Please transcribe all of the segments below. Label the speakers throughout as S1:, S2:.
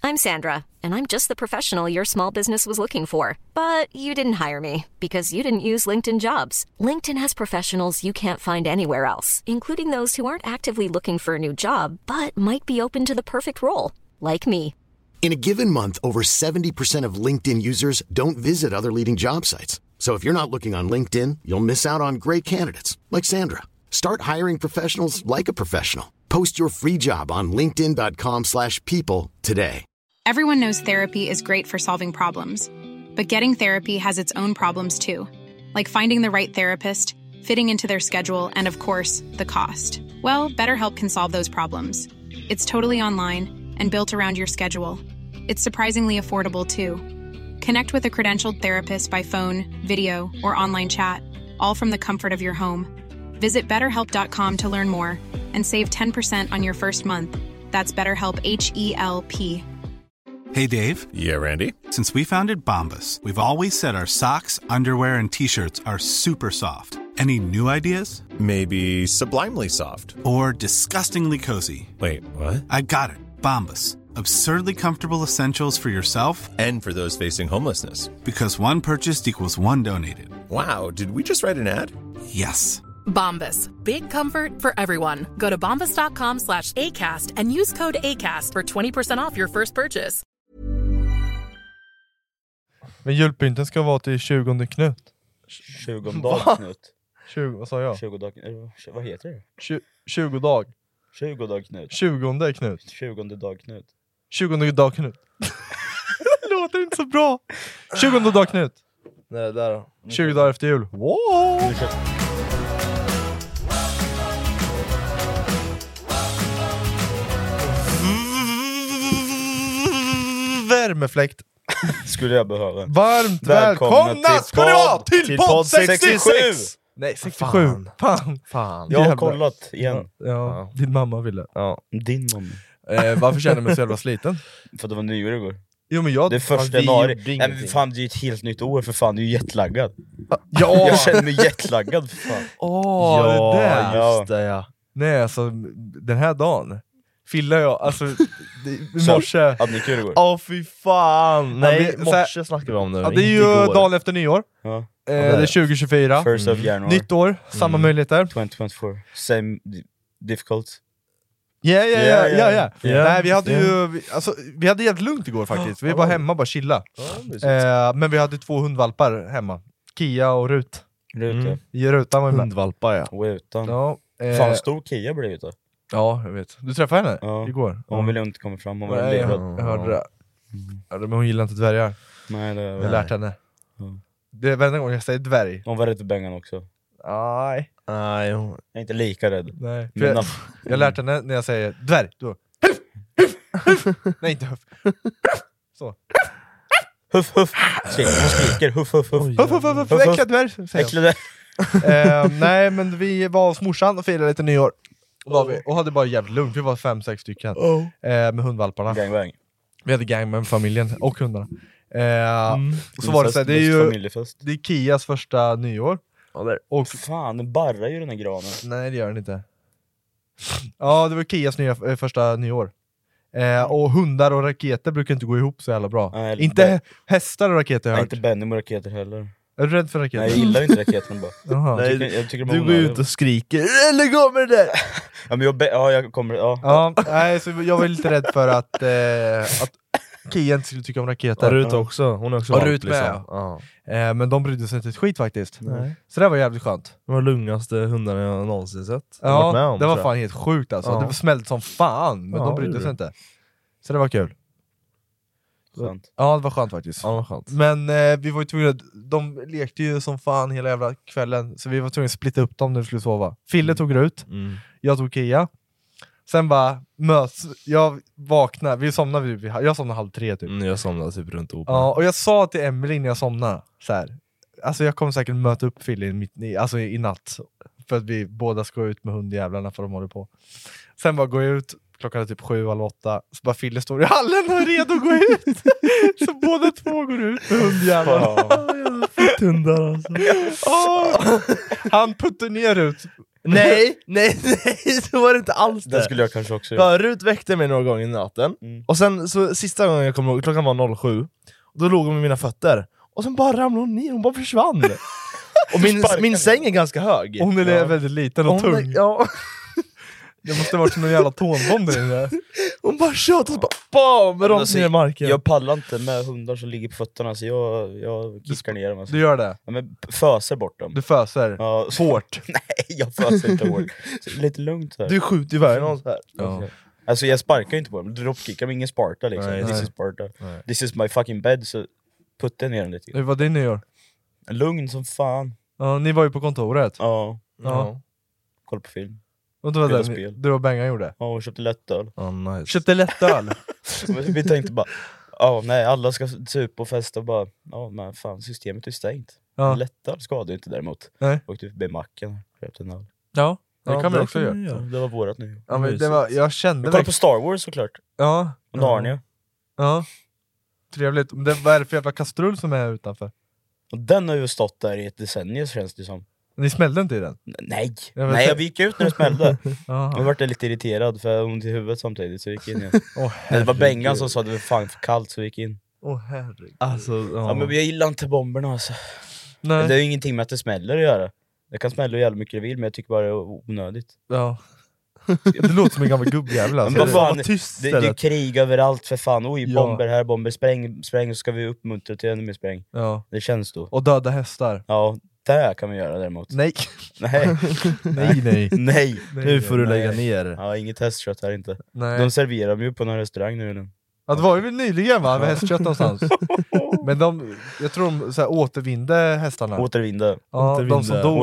S1: I'm Sandra, and I'm just the professional your small business was looking for. But you didn't hire me because you didn't use LinkedIn Jobs. LinkedIn has professionals you can't find anywhere else, including those who aren't actively looking for a new job, but might be open to the perfect role, like me.
S2: In a given month, over 70% of LinkedIn users don't visit other leading job sites. So if you're not looking on LinkedIn, you'll miss out on great candidates like Sandra. Start hiring professionals like a professional. Post your free job on linkedin.com/people today.
S3: Everyone knows therapy is great for solving problems, but getting therapy has its own problems too, like finding the right therapist, fitting into their schedule, and of course, the cost. Well, BetterHelp can solve those problems. It's totally online and built around your schedule. It's surprisingly affordable too. Connect with a credentialed therapist by phone, video, or online chat, all from the comfort of your home. Visit BetterHelp.com to learn more and save 10% on your first month. That's BetterHelp, H-E-L-P.
S4: Hey, Dave.
S5: Yeah, Randy.
S4: Since we founded Bombas, we've always said our socks, underwear, and T-shirts are super soft. Any new ideas?
S5: Maybe sublimely soft.
S4: Or disgustingly cozy.
S5: Wait, what?
S4: I got it. Bombas. Absurdly comfortable essentials for yourself
S5: and for those facing homelessness.
S4: Because one purchased equals one donated.
S5: Wow, did we just write an ad?
S4: Yes.
S6: Bombas. Big comfort for everyone. Go to bombas.com/ACAST and use code ACAST for 20% off your first purchase.
S7: Men julpynten ska vara till 20 Knut.
S8: 20 dag Knut.
S7: 20, vad sa jag?
S8: 20 dag, vad heter det?
S7: 20 dag.
S8: 20 dag Knut.
S7: 20 Knut.
S8: 20 dag Knut.
S7: 20 dag Knut. Det låter inte så bra. 20 dag Knut.
S9: Nej, det där då.
S7: 20 dagar efter jul. Wow! Värmefläkt.
S8: Skulle jag behöva.
S7: Varmt välkomna ska ni vara till podd 67! Nej, 67. Fan.
S8: Jag har kollat igen.
S7: Ja, din mamma ville.
S8: Ja, din mamma.
S7: Varför känner jag mig så jävla sliten?
S8: För det var nyår igår.
S7: Jo, men jag...
S8: Det är första januari. Nej, men fan, det är ju ett helt nytt år för fan. Du är ju jetlaggad.
S7: Ja!
S8: Jag känner mig jetlaggad för fan.
S7: Ja, det där.
S9: Just det, ja.
S7: Nej, alltså, den här dagen Filla jag, alltså i morse.
S8: Hade ni kul igår?
S9: Åh fy fan. Nej,
S7: Ja,
S9: morse snackar vi om nu.
S7: Ja, det är ju
S9: igår.
S7: dagen efter nyår.
S8: Ja.
S7: Det är 2024.
S8: First of January.
S7: Nytt år, samma möjligheter.
S8: 2024. Same difficult.
S7: Ja. Nej, vi hade ju vi hade helt lugnt igår faktiskt. Vi var hemma bara chilla. Men vi hade 2 hundvalpar hemma. Kia och Rut. Rutan var med.
S8: Hundvalpar, ja. Rutan.
S7: Ja.
S8: Fan, stor Kia blev det.
S7: Ja, jag vet. Du träffade henne igår?
S8: Hon ville inte komma fram. Hon var
S7: jag hörde det. Ja, men hon gillar inte dvärgar.
S8: Nej, det
S7: jag har lärt henne. Det är varje gång jag säger dvärg.
S8: Hon var rädd för Bengan också.
S7: Nej,
S8: jag är inte lika rädd.
S7: Nej. Jag har lärt henne när jag säger dvärg. Då. Nej, inte huff. Så.
S8: Huff. Hon skriker huff.
S7: Huff. Äckla dvärg. Nej, men vi var hos morsan och firade lite nyår. Och hade bara jävligt lugnt. Vi var 5-6 stycken med hundvalparna.
S8: Gangbang.
S7: Vi hade gang med familjen och hundarna. Och så var det så här, det är ju det är Kias första nyår.
S8: Och fan, den barrar ju den här granen.
S7: Nej, det gör den inte. Ja, det var Kias första nyår. Och hundar och raketer brukar inte gå ihop så jävla bra.
S8: Nej,
S7: inte hästar och raketer.
S8: Nej, inte Benny med raketer heller.
S7: Är du rädd för raketer?
S8: Nej, jag gillar inte raketerna bara.
S9: Nej, du går ut och skriker eller går med det där.
S8: Ja, men jag kommer.
S7: Ja, nej, så jag var lite rädd för att Kia inte skulle tycka om raketer.
S9: Och Rut också. Hon är också
S7: och Rut med. Ja. Men de brydde sig inte ett skit faktiskt.
S9: Nej.
S7: Så det var jävligt skönt.
S9: De var lugnaste hundarna jag någonsin sett.
S7: Ja,
S9: med om,
S7: det var fan helt sjukt alltså. Ja. Det var smällt som fan, men de brydde sig inte. Så det var kul.
S8: Skönt.
S7: Ja, det var skönt faktiskt.
S9: Ja, det var skönt.
S7: Men vi var ju tvungna, de lekte ju som fan hela jävla kvällen. Så vi var tvungna att splitta upp dem när de skulle sova. Fille tog Rut, jag tog Kia. Sen bara jag vaknade, jag somnade 2:30 typ.
S9: Jag somnade typ runt open.
S7: Ja, och jag sa till Emily när jag somnade så här, alltså jag kommer säkert möta upp Fille i natt. För att vi båda ska ut med hundjävlarna för de håller på. Sen bara går jag ut, klockan är typ 7:08. Så bara Fille står i hallen och är redo att gå ut. Så båda två går ut med hundjävlarna.
S9: Hundar alltså.
S7: Han puttar ner ut
S9: Nej, så var det inte alls
S8: Det
S9: det.
S8: skulle jag kanske också göra.
S9: Ja, Rut väckte mig några gånger i natten, och sen så sista gången jag kommer ihåg, klockan var 07, och då låg hon med mina fötter, och sen bara ramlade hon ner, hon bara försvann. Och min säng är ganska hög.
S7: Hon är väldigt liten och tung.
S9: Ja.
S7: Det måste ha varit som någon jävla tonbomb i det.
S9: Hon bara tjöt och så bara bam, rakt ner i marken.
S8: Jag pallar inte med hundar som ligger på fötterna, så jag kickar ner dem. Alltså.
S7: Du gör det?
S8: Ja, men föser bort dem.
S7: Du föser?
S8: Ja,
S7: hårt?
S8: Nej, jag föser inte hårt. Så lite lugnt så här.
S9: Du skjuter ju varje någon så här.
S8: Ja. Alltså jag sparkar inte på dem, dropkickar dem, ingen Sparta liksom.
S9: Nej,
S8: This is Sparta. This is my fucking bed, så putta ner den lite.
S7: Hur var din nyår?
S8: Lugn som fan.
S7: Ja, ni var ju på kontoret.
S8: Ja.
S7: Ja.
S8: Kolla på film.
S7: Och då var
S8: Spela
S7: det
S8: spel.
S7: du och Benga gjorde?
S8: Ja, och köpte lättöl.
S9: Nice.
S7: Köpte lättöl?
S8: Vi tänkte bara, nej, alla ska supa och festa och bara, men fan, systemet är stängt.
S7: Ja.
S8: Lättöl skadar ju inte däremot.
S7: Nej.
S8: Åkte förbi macken, köpte en öl.
S7: Ja, det kan vi också göra.
S8: Det var vårat nu.
S7: Ja, men det var, jag kände...
S8: Vi kollade på Star Wars såklart.
S7: Ja.
S8: Och Narnia.
S7: Ja. Trevligt. Vad är det för jävla kastrull som är utanför?
S8: Och den har ju stått där i ett decennium, känns det som.
S7: Ni smällde inte i den?
S8: Nej, jag gick ut när det smällde. Jag var lite irriterad för jag hade ont i huvudet samtidigt, så jag gick in igen. Det var Bengan som sa att det var fan för kallt, så vi gick in.
S7: Herregud.
S9: Alltså,
S8: ja, men jag gillar inte bomberna alltså.
S7: Nej.
S8: Det är ju ingenting med att det smäller att göra. Det kan smälla hur jävla mycket det vill, men jag tycker bara det är onödigt.
S7: Ja. Det låter som en gammal gubbjävel alltså.
S8: Men vad fan, det är krig överallt för fan. Oj, bomber här, bomber, spräng, så ska vi uppmuntra till ännu mer spräng.
S7: Ja.
S8: Det känns då.
S7: Och döda hästar.
S8: Ja, det kan vi göra däremot.
S7: Nej.
S8: Nej.
S7: Nej.
S9: Nu får du lägga ner.
S8: Ja, inget hästkött här inte.
S7: Nej.
S8: De serverar ju på någon restaurang nu eller?
S7: Ja, det var ju väl nyligen va, med hästkött någonstans. Men jag tror de så här, återvinde hästarna.
S8: Återvinde.
S7: Ja, de som dog...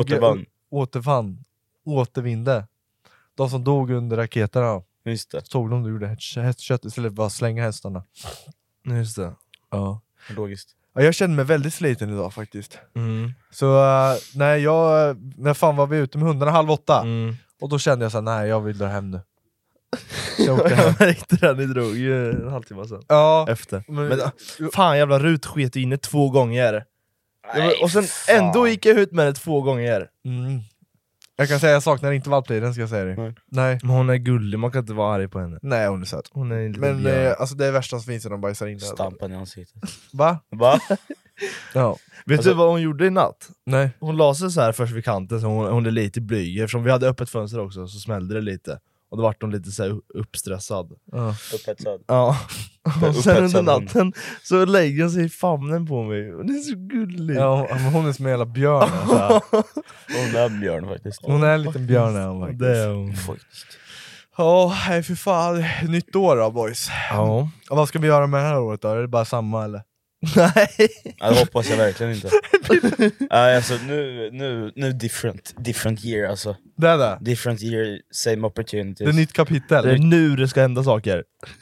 S8: Återvinde.
S7: De som dog under raketerna.
S8: Just det.
S7: Såg de gjorde hästkött istället för att slänga hästarna.
S9: Just det.
S7: Ja.
S8: Logiskt.
S7: Ja, jag kände mig väldigt sliten idag faktiskt. Så när fan var vi ute med hundarna 7:30. Och då kände jag så här, nej jag vill dra hem nu.
S9: Jag märkte det, ni drog ju en halvtimme sen.
S7: Ja.
S9: Efter. Men fan, jävla Rut sket inne 2 gånger.
S8: Nej,
S9: och sen ändå gick jag ut med det 2 gånger.
S7: Jag kan säga jag saknar inte valptiden, ska jag säga det. Nej.
S9: Men hon är gullig, man kan inte vara arg på henne.
S7: Nej, hon är söt.
S9: Hon är
S7: men alltså det är värsta som finns när de bajsar in.
S8: Stampan i ansiktet.
S7: Va?
S9: Ja. Vet du vad hon gjorde i natt?
S7: Nej.
S9: Hon la sig så här först vid kanten, så hon är lite blyg. Eftersom vi hade öppet fönster också så smällde det lite. Och då vart hon lite så här uppstressad.
S8: Upphetsad.
S9: Ja. Och sen under natten så lägger hon sig i famnen på mig. Och det är så gullig.
S7: Ja, men hon är som en jävla björn. Alltså.
S8: Hon är björn faktiskt.
S7: Hon är en liten björn är hon faktiskt.
S9: Det är hon.
S7: Nej för fan. Nytt år då boys.
S9: Ja.
S7: Och vad ska vi göra med det här året då? Är det bara samma eller?
S9: Nej.
S8: Ja, det hoppas jag verkligen inte. Alltså nu different year alltså.
S7: Det är det.
S8: Different year, same opportunities.
S7: Det är nytt kapitel.
S9: Det är nu det ska hända saker.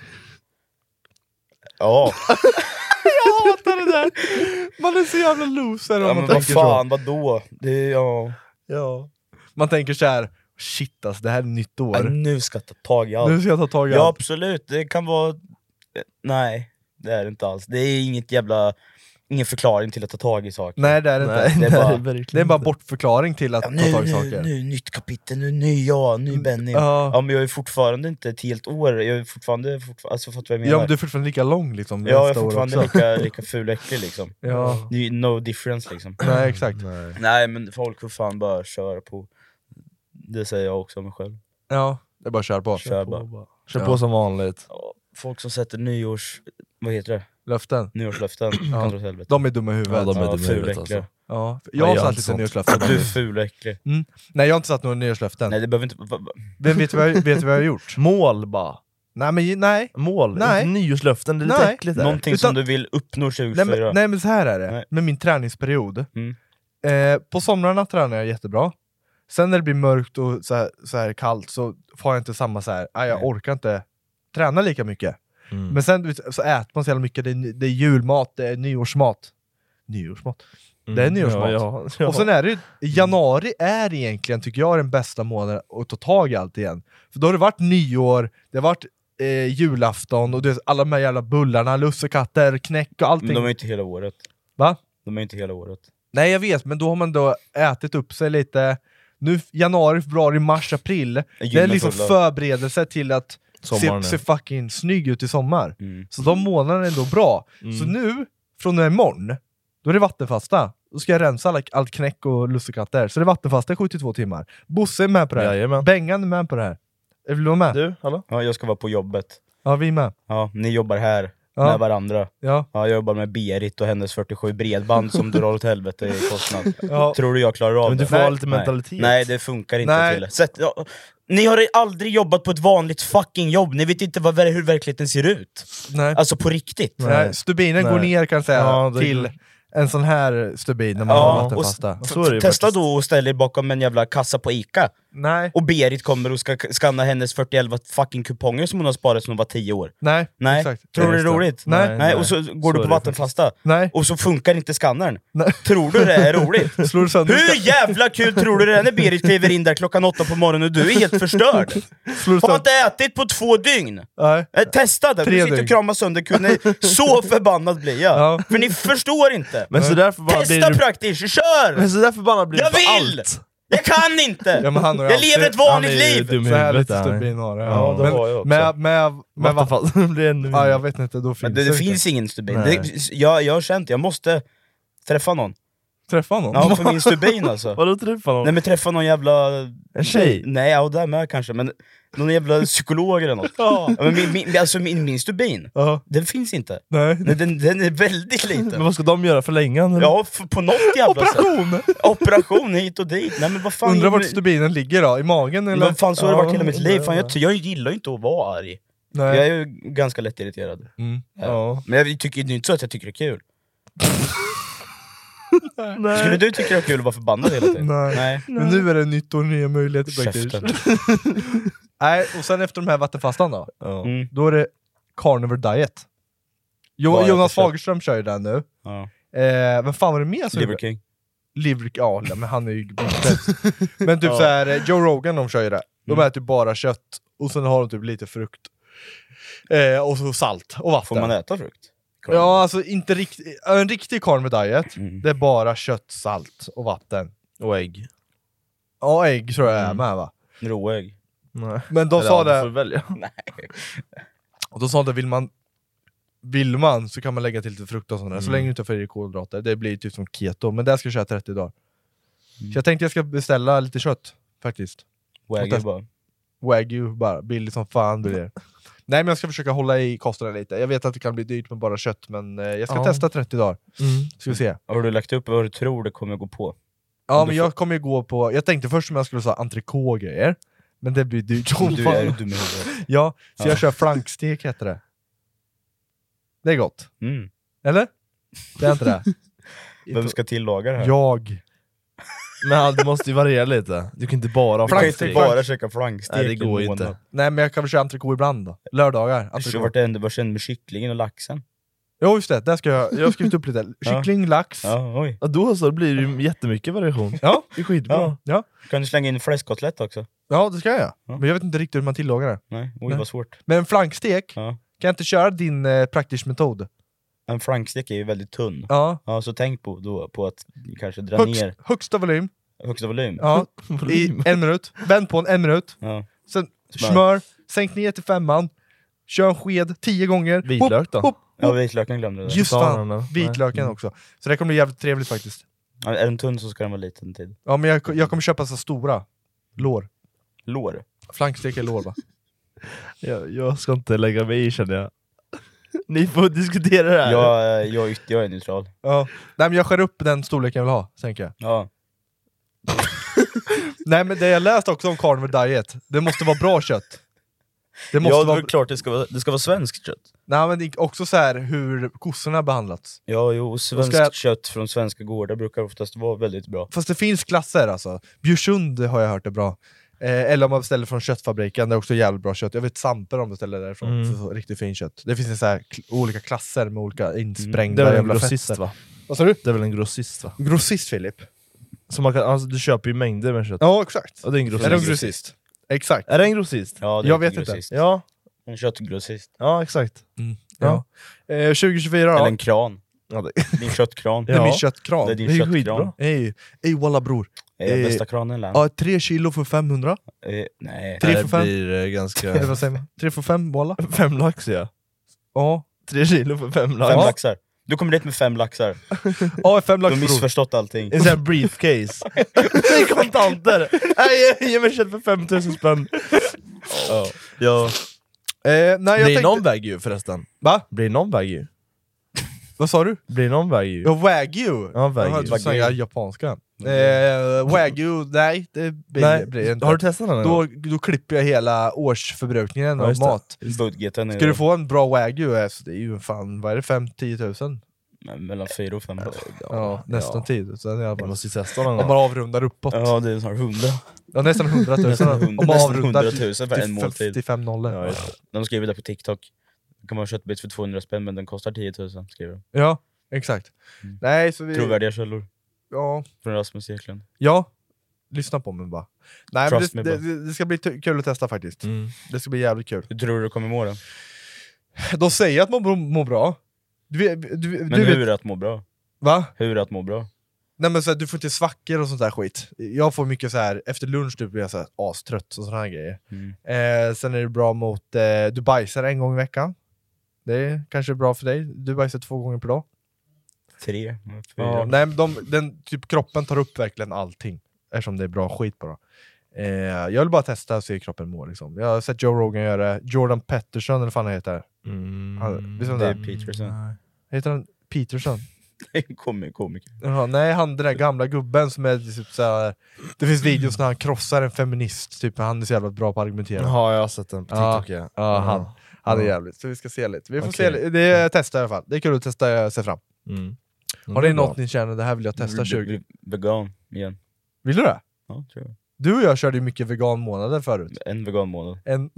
S8: Ja.
S7: Jag hatar det där. Man är så jävla loser om
S8: Ja,
S7: man
S8: men
S7: tänker
S8: vad fan,
S7: så.
S8: vadå? Det är
S7: Ja. Man tänker så här, shit alltså, det här är nytt år.
S8: nu ska jag ta tag i allt.
S7: Nu ska jag ta tag i
S8: Ja
S7: allt.
S8: absolut, det kan vara... Nej, det är det inte alls. Det är ingen förklaring till att ta tag i saker.
S7: Nej det är det inte. Det är bara bortförklaring till att ta tag i saker.
S8: Nu nytt kapitel, nu ny Benny. Ja men jag är fortfarande inte ett helt år. Jag är fortfarande alltså fattar vad jag menar.
S7: Ja men du är fortfarande lika lång liksom.
S8: Ja, jag är fortfarande lika ful och äcklig liksom.
S7: Ja.
S8: No difference liksom.
S7: Nej exakt.
S8: Nej men folk får fan bara köra på. Det säger jag också om mig själv.
S7: Ja, det är bara kör på.
S9: Kör på som vanligt.
S8: Folk som sätter vad heter det?
S7: Löften.
S8: Nyårslöften.
S7: Ja. De är dumma i huvudet.
S9: Ja, de är dumma i
S8: ful
S9: huvudet
S8: äckliga.
S9: alltså.
S7: Ja. Jag har satt lite nyårslöften.
S8: Du är ful och äcklig.
S7: Nej jag har inte satt några nyårslöften.
S8: Nej det behöver inte...
S7: Vem vet vad jag har gjort?
S9: Mål bara.
S7: Nej.
S9: Mål?
S7: Nej.
S9: Nyårslöften, det är lite äckligt där.
S8: Någonting som du vill uppnå 2024.
S7: Nej men så här är det.
S8: Nej.
S7: Med min träningsperiod. På somrarna tränar jag jättebra. Sen när det blir mörkt och så här kallt så får jag inte samma så här. Jag orkar inte träna lika mycket. Men sen så äter man så jävla mycket. Det är julmat, det är nyårsmat. Det är nyårsmat.
S9: Ja.
S7: Och sen är det januari är egentligen, tycker jag, den bästa månaden att ta tag i allt igen. För då har det varit nyår, det har varit julafton och det är alla de här jävla bullarna, lussekatter, knäck och allting.
S8: Men de är inte hela året.
S7: Va?
S8: De är inte hela året.
S7: Nej jag vet, men då har man då ätit upp sig lite. Nu januari, februari, mars, april. Det är liksom förberedelse till att se fucking snygg ut i sommar. Så de månaderna är ändå bra. Så nu, från imorgon, då är det vattenfasta. Då ska jag rensa allt knäck och lussekatter. Så det är vattenfasta 72 timmar. Bosse är med på det här. Bengan är med på det här. Är du med?
S9: Du, hallå?
S8: Ja, jag ska vara på jobbet.
S7: Ja, vi med.
S8: Ja, ni jobbar här med varandra.
S7: Ja.
S8: Ja, jag jobbar med Berit och hennes 47 bredband som drar åt helvete i kostnad. Tror du jag klarar av det?
S9: Men du får ha lite mentalitet.
S8: Nej, det funkar inte till. Ni har aldrig jobbat på ett vanligt fucking jobb. Ni vet inte hur verkligheten ser ut.
S7: Nej.
S8: Alltså på riktigt.
S7: Nej. Stubinen går ner kan jag säga till en sån här stubin när man har vattenfasta.
S8: Testa då och ställa er bakom en jävla kassa på Ica.
S7: Nej.
S8: Och Berit kommer och ska skanna hennes 41 fucking kuponger som hon har sparat sedan hon var 10 år.
S7: Nej.
S8: Exakt. Tror du det är roligt? Nej. Och så går du på vattenfasta.
S7: Nej.
S8: Och så funkar inte skannaren. Tror du det är roligt?
S7: Slår du sönder
S8: hur jävla kul tror du det är när Berit kliver in där klockan 8 på morgonen och du är helt förstörd? Har inte ätit på 2 dygn.
S7: Nej.
S8: Testa det, du sitter och kramar sönder kunden. Så förbannad blir jag.
S7: Ja.
S8: För ni förstår inte.
S9: Men så därför bara
S8: testa praktiskt, kör!
S9: Men så därför bara blir det
S8: jag vill!
S9: Allt.
S8: Jag kan inte!
S7: Ja, men
S8: jag lever ett vanligt liv!
S7: Så här lite stubin har det.
S8: Ja, det har jag också.
S7: Med vattenfast blir ännu mindre. Ja, jag vet inte, då finns
S8: det finns ingen stubin. Jag har känt, jag måste träffa någon.
S7: Träffa någon?
S8: Ja, för min stubin alltså.
S9: Vadå träffa någon?
S8: Nej, men träffa någon jävla...
S9: En tjej?
S8: Nej, ja, där med kanske, men någon jävla psykolog eller något. Ja. Men min stubin, den finns inte.
S7: Nej.
S8: Den är väldigt liten.
S9: Men vad ska de göra för länge?
S8: Ja, på något jävla
S7: operation!
S8: Sätt. Operation hit och dit. Nej, men vad fan.
S7: Undrar vart stubinen ligger då? I magen eller?
S8: Vad fan, så har det varit hela mitt liv. Fan, jag gillar ju inte att vara arg. Nej. Jag är ju ganska lätt irriterad. Ja. Men jag tycker det är inte så att jag tycker det är kul. Nej. Skulle du tycka det är kul att vara förbannad hela tiden? Nej.
S7: Men nu är det nytt och nya möjligheter faktiskt. Nej, och sen efter de här vattenfastan då, då är det Carnivore Diet. Jonas Fagerström kör ju den nu. Vem fan var det mer som
S8: Liver King.
S7: Ja, men han är ju men typ så här, Joe Rogan de kör ju det. De äter typ bara kött och sen har de typ lite frukt. Och så salt och vatten.
S8: Får man äta frukt?
S7: Ja, alltså inte en riktig carnivore diet. Det är bara kött, salt och vatten.
S9: Och ägg.
S7: Ja, ägg tror jag är med, va?
S8: Råägg.
S7: Nej. Men de sa det...
S9: välja.
S8: Nej.
S7: Och då sa det, vill man så kan man lägga till lite frukt och sånt där. Så länge du inte får i kolhydrater. Det blir typ som keto. Men där ska jag köra 30 dagar. Så jag tänkte jag ska beställa lite kött, faktiskt. Wagyu bara. Billigt som fan blir det. Nej, men jag ska försöka hålla i kostnaden lite. Jag vet att det kan bli dyrt med bara kött, men jag ska testa 30 dagar. Ska vi se.
S8: Har du lagt upp vad du tror det kommer gå på?
S7: Ja, men jag kommer gå på... Jag tänkte först om jag skulle säga entrecote-grejer. Men det blir dyrt.
S8: Du är ju dum i huvudet.
S7: Ja, så jag kör flankstek heter det. Det är gott. Eller? Det är inte det.
S8: Vem ska tillaga det här?
S7: Jag.
S9: Men du måste ju variera lite. Du kan inte bara
S8: du kan inte bara käka flankstek.
S9: Nej, det går inte.
S7: Nej, men jag kan väl köra entrecote ibland då. Lördagar.
S8: Vart sen med kycklingen och laxen?
S7: Jo, just det. Där ska jag har skrivit upp lite. Kyckling, lax.
S8: Oj.
S9: Ja, då så blir det ju jättemycket variation.
S7: Ja,
S9: det är skitbra.
S7: Ja.
S8: Kan du slänga in fläskkotlett också?
S7: Ja, det ska jag. Men jag vet inte riktigt hur man tillagar det.
S8: Nej, vad svårt.
S7: Men en flankstek, kan jag inte köra din praktisk metod?
S8: En flankstek är ju väldigt tunn.
S7: Ja,
S8: så tänk på att kanske dra ner
S7: högsta volym.
S8: Högsta volym?
S7: Ja, i 1 minut. Vänd på en 1 minut. Sen smör, sänk ner till 5:an. Kör en sked 10 gånger.
S9: Vitlök då?
S7: Hopp.
S8: Ja, vitlöken glömde du.
S7: Just fan, vitlöken också. Så det kommer bli jävligt trevligt faktiskt.
S8: Ja, är den tunn så ska den vara liten tid.
S7: Ja, men jag kommer köpa så stora lår.
S8: Lår?
S7: Flankstek är lår, va?
S9: Jag ska inte lägga mig i, känner jag. Ni får diskutera det här.
S8: Jag är neutral.
S7: Ja. Nej, men jag skär upp den storleken jag vill ha, tänker jag.
S8: Ja.
S7: Nej, men det jag läst också om carnivore diet, det måste vara bra kött.
S8: Det måste vara klart det ska vara svenskt kött.
S7: Nej, men det är också så här hur kossorna behandlats.
S8: Ja, svenskt kött från svenska gårdar brukar oftast vara väldigt bra.
S7: Fast det finns klasser alltså. Bjursund har jag hört är bra. Eller om man beställer från köttfabriken, det är också jävligt bra kött. Jag vet Samper om beställer därifrån för riktigt fin kött. Det finns så här olika klasser med olika insprängda
S9: det är
S7: jävla
S9: grossist,
S7: fetter.
S9: Va?
S7: Vad sa du?
S9: Det är väl en grossist, va?
S7: Grossist, Filip.
S9: Så man kan, alltså, du köper ju mängder med kött.
S7: Ja, exakt.
S9: Och det är en grossist.
S7: Är det en grossist? Exakt.
S9: Är det en grossist?
S8: Ja, det är
S7: jag vet grossist.
S9: Inte. Ja.
S8: En köttgrossist.
S9: Ja, exakt.
S7: Ja. 2024 då.
S8: Eller en kran.
S9: Ja,
S8: din köttkran.
S7: Det är min köttkran.
S8: Det är din köttkran.
S7: Ey, walla bror.
S8: Bästa kranen eller?
S7: Ja, 3 kilo för 500.
S8: Nej.
S7: 3 för 5.
S9: Det blir ganska...
S7: 3 för 5 bollar.
S9: 5 lax ja.
S7: Ja.
S9: 3 kilo för 5 lax.
S8: 5 laxar. Du kommer dit med 5 laxar.
S7: Ja, 5 lax.
S8: Du har missförstått allting.
S9: En sån här briefcase. Det är kontanter. Nej, ge mig kött för 5000 spänn. Ja.
S7: Nej,
S9: Blir någon wagyu förresten?
S7: Va?
S9: Blir någon wagyu?
S7: Vad sa du?
S9: Blir någon wagyu?
S7: Ja, wagyu.
S9: Ja, wagyu.
S7: Du säger japanska. Wagyu, nej, det blir inte.
S9: Har du testat den?
S7: Då klipper jag hela årsförbrukningen av mat.
S8: Budgeten är
S7: Ska du få en bra wagyu, så det är ju fan, vad är det, 5-10 000?
S8: mellan 4 och 5.
S7: Ja, nästan 10 000 i alla
S9: Jag
S7: fall.
S9: måste testa någon
S7: Om
S9: gång.
S7: man avrundar uppåt.
S8: Ja, det är snart 100.
S7: Ja, nästan 100 000. Om man avrundar
S8: 100 000 för en måltid.
S7: 55 nollor.
S8: Ja, de skriver det på TikTok. Då kan man ha köttbit för 200 spänn, men den kostar 10 000, skriver de.
S7: Ja, exakt. Nej, så vi...
S8: Trovärdiga källor.
S7: Ja.
S8: Från Rasmus Eklund.
S7: Ja, lyssna på mig bara. Nej, men
S8: me,
S7: det ska bli kul att testa faktiskt. Det ska bli jävligt kul.
S8: Hur tror du det kommer må då?
S7: De säger att man mår bra.
S8: Men hur är det att må bra?
S7: Va?
S8: Hur är det att må bra?
S7: Nej, men så här, du får inte svackor och sånt där skit. Jag får mycket så här efter lunch blir jag så här astrött och såna här grejer. Sen är det bra mot du bajsar en gång i veckan. Det är kanske bra för dig. Du bajsar 2 gånger per dag.
S8: 3.
S7: Ja, nej, den typ kroppen tar upp verkligen allting eftersom det är bra skit bara. Jag vill bara testa och se hur kroppen mår liksom. Jag har sett Joe Rogan göra det. Jordan Peterson eller vad fan han heter.
S8: Det är Peterson.
S7: Heter han Peterson?
S8: Komiker.
S7: Jaha, nej, han den där gamla gubben som är typ såhär. Det finns videos när han krossar en feminist typ, han är så jävla bra på att argumentera.
S9: Ja, jag har sett den på TikTok.
S7: Ja, han är jävligt. Så vi ska se lite. Vi får se lite. Det testar i alla fall. Det är kul att testa sig fram. Har det något ni känner, det här vill jag testa 20?
S8: Vegan igen.
S7: Vill du det?
S8: Ja, tror jag.
S7: Du och jag körde ju mycket veganmånader förut.
S8: En veganmånad.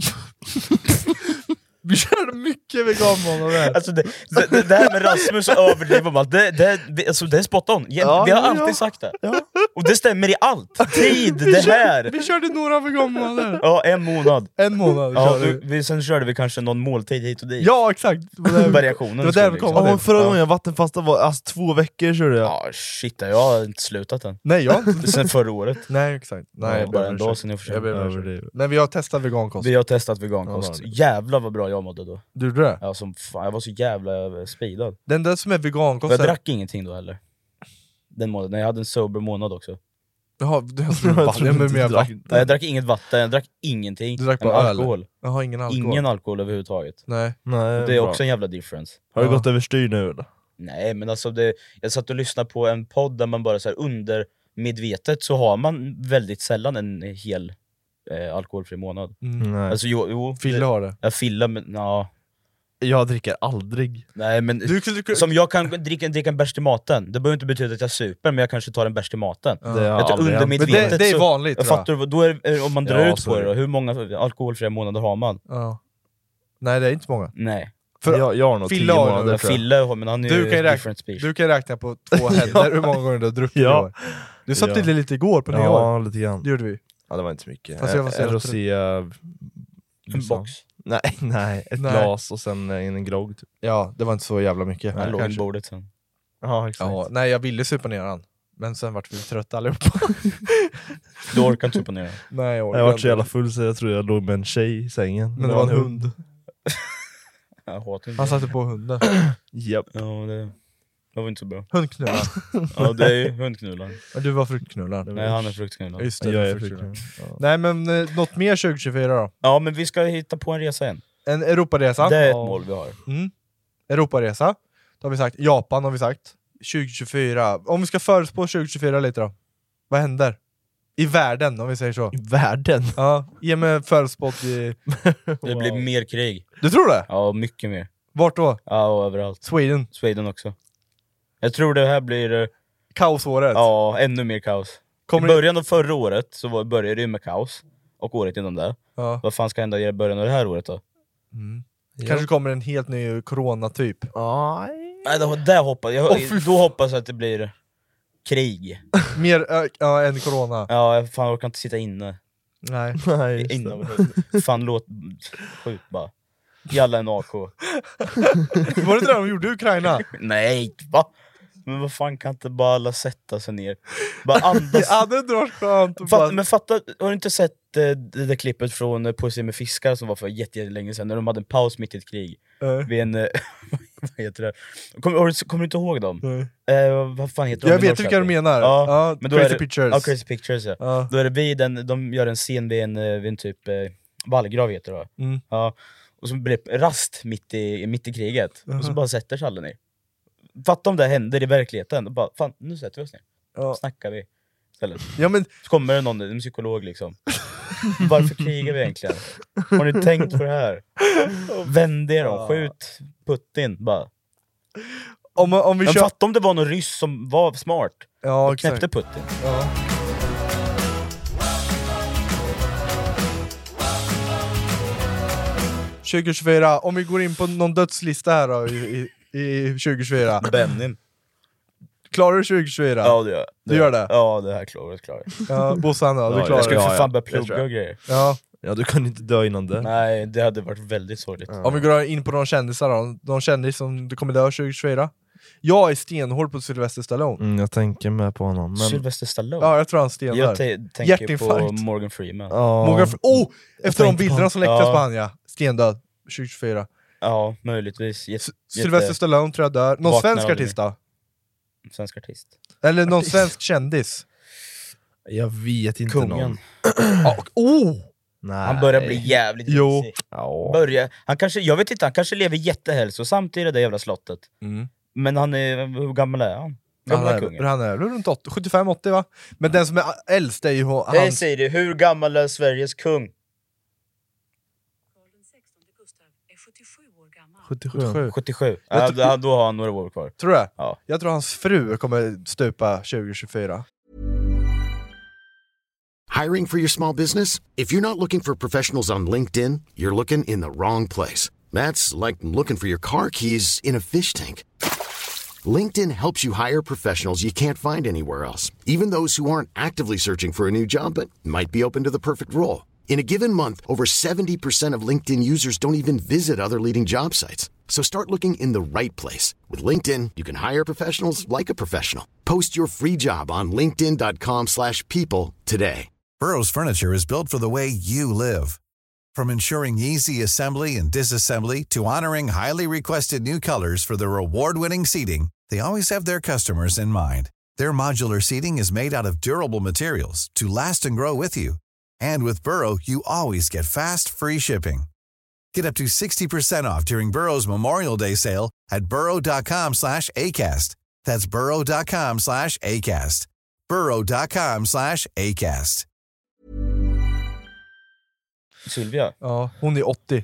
S7: Vi körde mycket veganmånader.
S8: Alltså det här med Rasmus och överdriva om allt, det är spot on. Vi har alltid sagt det. Ja. Och det stämmer i allt. Tid, det här.
S7: Vi körde några veganmånader.
S8: Ja, en månad.
S7: Ja,
S8: sen körde vi kanske någon måltid hit och dit.
S7: Ja, exakt.
S8: Variationen.
S7: Det var där vi kom.
S9: Ja, förra gången jag vattenfasta var alltså 2 veckor körde jag.
S8: Ja, shit, jag har inte slutat än.
S7: Nej, jag har inte.
S8: Sen förra året.
S7: Nej, exakt. Nej,
S8: ja, bara en dag sen jag försökte.
S7: Men vi har testat vegankost.
S8: Vi har testat vegankost. Jävlar vad bra jag mådde då.
S7: Du gjorde det?
S8: Ja, som fan, jag var så jävla speedad.
S7: Den där som är vegankost.
S8: Jag drack ingenting då heller. Den månaden. Nej, jag hade en sober månad också.
S7: Jaha,
S8: jag drack inget vatten, jag drack ingenting.
S7: Du drack bara
S8: alkohol.
S7: Jaha, ingen alkohol.
S8: Ingen alkohol överhuvudtaget.
S7: Nej.
S8: Det är också en jävla difference.
S9: Har du gått överstyr nu eller?
S8: Nej, men alltså jag satt och lyssnade på en podd där man bara så här, undermedvetet så har man väldigt sällan en hel alkoholfri månad. Alltså
S7: Fille har det.
S8: Jag Fille, men ja.
S9: Jag dricker aldrig.
S8: Nej, men som jag kan dricka en bärs till maten. Det behöver inte betyda att jag super, men jag kanske tar en bärs till maten.
S7: Det är vanligt.
S8: Jag fattar, då är, om man drar ut på det då, hur många alkoholfria månader har man?
S7: Ja. Nej, det är inte många.
S8: Nej.
S9: För jag har nog 10 månader.
S8: Fille, men han är ju different speech.
S7: Du kan räkna på 2 händer hur många gånger du har druckit i år. Du satt till lite igår på nyår.
S9: Ja, lite grann.
S7: Det gjorde vi.
S9: Ja, det var inte så mycket.
S7: En
S9: rosé...
S8: En box.
S9: Nej, ett glas och sen en grogg typ.
S7: Ja, det var inte så jävla mycket.
S8: Han låg i bordet sen.
S9: Ja, exakt.
S7: Ja, nej, jag ville supa ner han. Men sen vart vi trötta allihopa.
S8: Du orkar inte supa ner han?
S7: Nej, jag
S9: var så jävla full så jag tror jag låg med en tjej i sängen.
S7: Men det var en hund.
S8: Han
S7: satte på hunden.
S9: Japp.
S8: Ja, det var inte så bra.
S7: Hundknullaren.
S8: Ja, det är ju hundknullaren.
S7: Och du var fruktknullaren.
S8: Nej, han är fruktknullaren.
S7: Just det,
S9: jag är fruktknullaren.
S7: Ja. Nej, men något mer 2024 då?
S8: Ja, men vi ska hitta på en resa igen.
S7: En Europaresa.
S8: Det är ett mål vi har.
S7: Europaresa. Då har vi sagt. Japan har vi sagt. 2024. Om vi ska förutspå 2024 lite då. Vad händer? I världen, om vi säger så.
S9: I världen?
S7: Ja, ge mig förutspått i...
S8: Det blir mer krig.
S7: Du tror det?
S8: Ja, mycket mer.
S7: Vart då?
S8: Ja, överallt. Sweden också. Jag tror det här blir...
S7: Kaosåret?
S8: Ja, ännu mer kaos. I början av förra året så började det med kaos. Och året innan det. Ja. Vad fan ska hända i början av det här året då?
S7: Kanske kommer en helt ny corona-typ.
S8: Nej, då hoppas jag att det blir krig.
S7: Mer än corona.
S8: Ja, jag orkar inte sitta inne.
S7: Nej.
S8: Fan, låt skjut bara. Jalla en AK.
S7: Var det inte det de gjorde i Ukraina?
S8: Nej, va? Men vad fan, kan inte bara alla sätta sig ner? Bara andas.
S7: Ja, det var skönt.
S8: Men fatta, har du inte sett det där klippet från Poesi med fiskar som var för jättelänge sedan, när de hade en paus mitt i ett krig? Vid en... vad heter det? Kommer du inte ihåg dem? Vad fan heter de?
S7: Jag vet vilka du menar. Ja,
S8: men då
S7: Crazy
S8: är det,
S7: Pictures.
S8: Ja, Crazy Pictures, ja. Då är det de gör en scen vid en typ vallgrav, heter det, ja. Och så blir det rast mitt i kriget. Och så bara sätter sig alla ner. Fatta om det händer i verkligheten. Och bara, fan, nu sätter vi oss ner. Snackar vi istället.
S7: Ja, men...
S8: Så kommer det en psykolog liksom. Varför krigar vi egentligen? Har ni tänkt på det här? Vänd er då, skjut Putin bara.
S7: Om vi
S8: fatta om det var någon ryss som var smart.
S7: Ja,
S8: och knäppte Putin.
S7: Ja. ...2024, om vi går in på någon dödslista här då i 2024.
S8: Benin.
S7: Klarar du 2024?
S8: Ja, det gör jag.
S7: Du gör det?
S8: Ja, det här klarar jag.
S7: Ja, Bossan då, du klarar det.
S8: Jag ska för fan börja plugga och grejer.
S9: Ja, du kan inte dö innan det.
S8: Nej, det hade varit väldigt sorgligt.
S7: Om vi går in på någon kändisar då, någon kändis som du kommer dö 2024. Jag är stenhård på Sylvester Stallone.
S9: Jag tänker med på honom. Men...
S8: Sylvester Stallone?
S7: Ja, jag tror han stenar.
S8: Jag tänker på Morgan Freeman.
S7: Efter de bilderna som läcktes på han, ja. Stendöd 2024.
S8: Ja, möjligtvis.
S7: Sylvester Stallone tror jag dör. Någon svensk artist då?
S8: Svensk artist? Eller
S7: någon svensk kändis?
S9: Jag vet inte.
S8: Kungen.
S9: Nej.
S8: Han börjar bli jävligt risig. Jag vet inte, han kanske lever jättehälsosamt i det där jävla slottet. Men hur gammal är han?
S7: Han är runt 75-80 va? Men den som är äldst är ju han...
S8: Jag säger det, hur gammal är Sveriges kung? 77. Ja, då har han några år kvar.
S7: Tror du?
S8: Ja.
S7: Jag tror hans fru kommer stupa 2024.
S2: Hiring for your small business? If you're not looking for professionals on LinkedIn, you're looking in the wrong place. That's like looking for your car keys in a fish tank. LinkedIn helps you hire professionals you can't find anywhere else, even those who aren't actively searching for a new job but might be open to the perfect role. In a given month, over 70% of LinkedIn users don't even visit other leading job sites. So start looking in the right place. With LinkedIn, you can hire professionals like a professional. Post your free job on linkedin.com/people today.
S10: Burrow's furniture is built for the way you live. From ensuring easy assembly and disassembly to honoring highly requested new colors for their award-winning seating, they always have their customers in mind. Their modular seating is made out of durable materials to last and grow with you. And with Burrow, you always get fast, free shipping. Get up to 60% off during Burrow's Memorial Day sale at burrow.com/ACAST. That's burrow.com/ACAST. burrow.com/ACAST.
S8: Sylvia?
S7: Ja, hon är 80.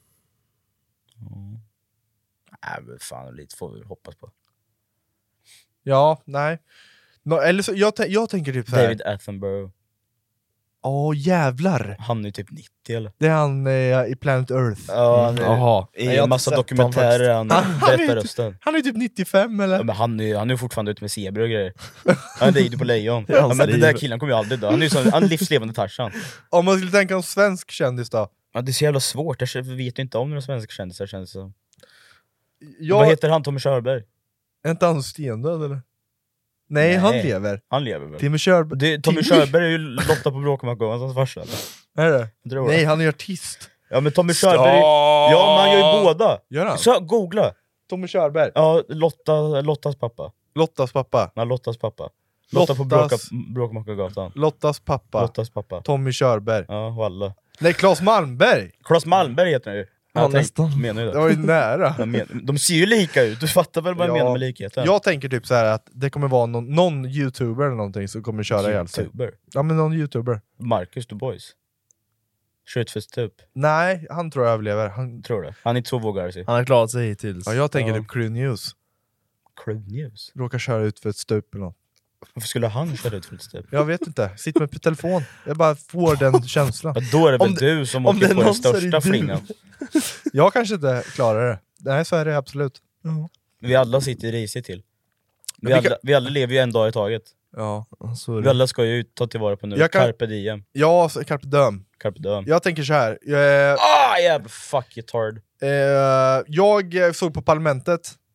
S8: Nej, men fan, lite får vi hoppas på.
S7: Ja, nej. Eller så, jag tänker typ så här.
S8: David Attenborough.
S7: Jävlar.
S8: Han är typ 90 eller?
S7: Det är han i Planet Earth.
S8: Ja, i en massa dokumentärer han berättar rösten.
S7: Han är typ 95 eller?
S8: Ja, men han är fortfarande ute med zebra och grejer. Han är på lejon. Men den där killen kommer ju aldrig dö. Han är livslevande Tarzan.
S7: Om man skulle tänka om svensk kändis då?
S8: Ja, det är så jävla svårt. Jag vet inte om några svenska kändisar, känns det som. Vad heter han, Tommy Körberg?
S7: Är inte han stendöd eller? Nej, han lever.
S8: Han lever väl?
S7: Tommy
S8: Körberg är ju Lotta på Bråkmakargatan, hans farsa.
S7: Är det? Nej, han är artist.
S8: Ja, men Tommy Körberg... Ja, men han gör ju båda.
S7: Gör han?
S8: Så googla.
S7: Tommy Körberg.
S8: Ja, Lottas pappa.
S7: Lottas pappa.
S8: Ja, Lottas pappa. Lotta på Bråkmakargatan.
S7: Lottas pappa. Tommy Körberg.
S8: Ja, och alla.
S7: Nej, Claes Malmberg.
S8: Claes Malmberg heter han ju.
S9: Ja, nästan.
S8: Menar
S7: det var ju nära.
S8: De ser ju lika ut, du fattar väl vad jag menar med likheten?
S7: Jag tänker typ så här att det kommer vara någon youtuber eller någonting som kommer köra ihjäl sig. Ja, men någon youtuber.
S8: Marcus Du Bois. Skjutfest typ.
S7: Nej, han tror jag överlever. Han
S8: tror det. Han är 2 vågar sig.
S9: Han har klarat sig hittills.
S7: Ja, jag tänker typ Crew News.
S8: Crew News?
S7: Råkar köra ut för ett stup eller något.
S8: Varför skulle han köra ut för ett stup?
S7: Jag vet inte. Sitt med på telefon. Jag bara får den känslan.
S8: Men då är det väl du som åker på den största flingan.
S7: Jag kanske inte klarar det. Nej, så är det absolut.
S8: Vi alla sitter i risigt till. Vi alla lever ju en dag i taget.
S7: Ja,
S8: vi alla ska ju ta tillvara på nu. Carpe diem.
S7: Ja, carpe diem.
S8: Carpe diem.
S7: Jag tänker så här.
S8: Jävla fuck it hard.
S7: Jag såg på Parlamentet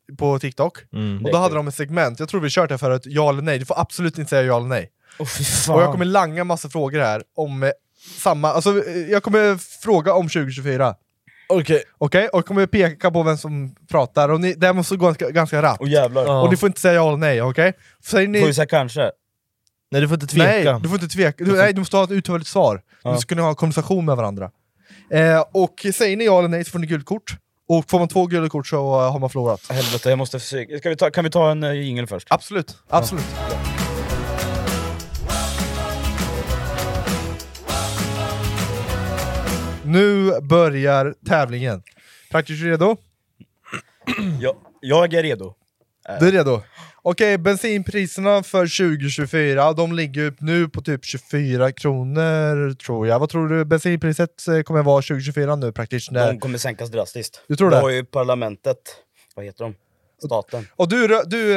S7: på TikTok. Och då hade de ett segment, jag tror vi kört det förut, ja eller nej. Du får absolut inte säga ja eller nej. Och jag kommer langa massa frågor här om samma, alltså jag kommer fråga om 2024. Okej, och jag kommer peka på vem som pratar. Och det här måste gå ganska rappt. Och ni får inte säga ja eller nej, okej? Säger ni...
S8: Får vi säga kanske?
S9: Nej, du får inte tveka.
S7: Nej, du får inte tveka. Du måste ha ett uttalat svar. Du ska kunna ha en konversation med varandra. Och säger ni ja eller nej så får ni guldkort. Och får man 2 guldkort så har man förlorat.
S8: Helvete, jag måste försöka. Kan vi ta en jingle först?
S7: Absolut. Nu börjar tävlingen. Praktiskt redo?
S8: Jag är redo.
S7: Du är redo? Okej, bensinpriserna för 2024, de ligger upp nu på typ 24 kronor tror jag. Vad tror du bensinpriset kommer vara 2024 nu praktiskt?
S8: De kommer sänkas drastiskt.
S7: Du tror det?
S8: Det har ju parlamentet, vad heter de? Staten.
S7: Och du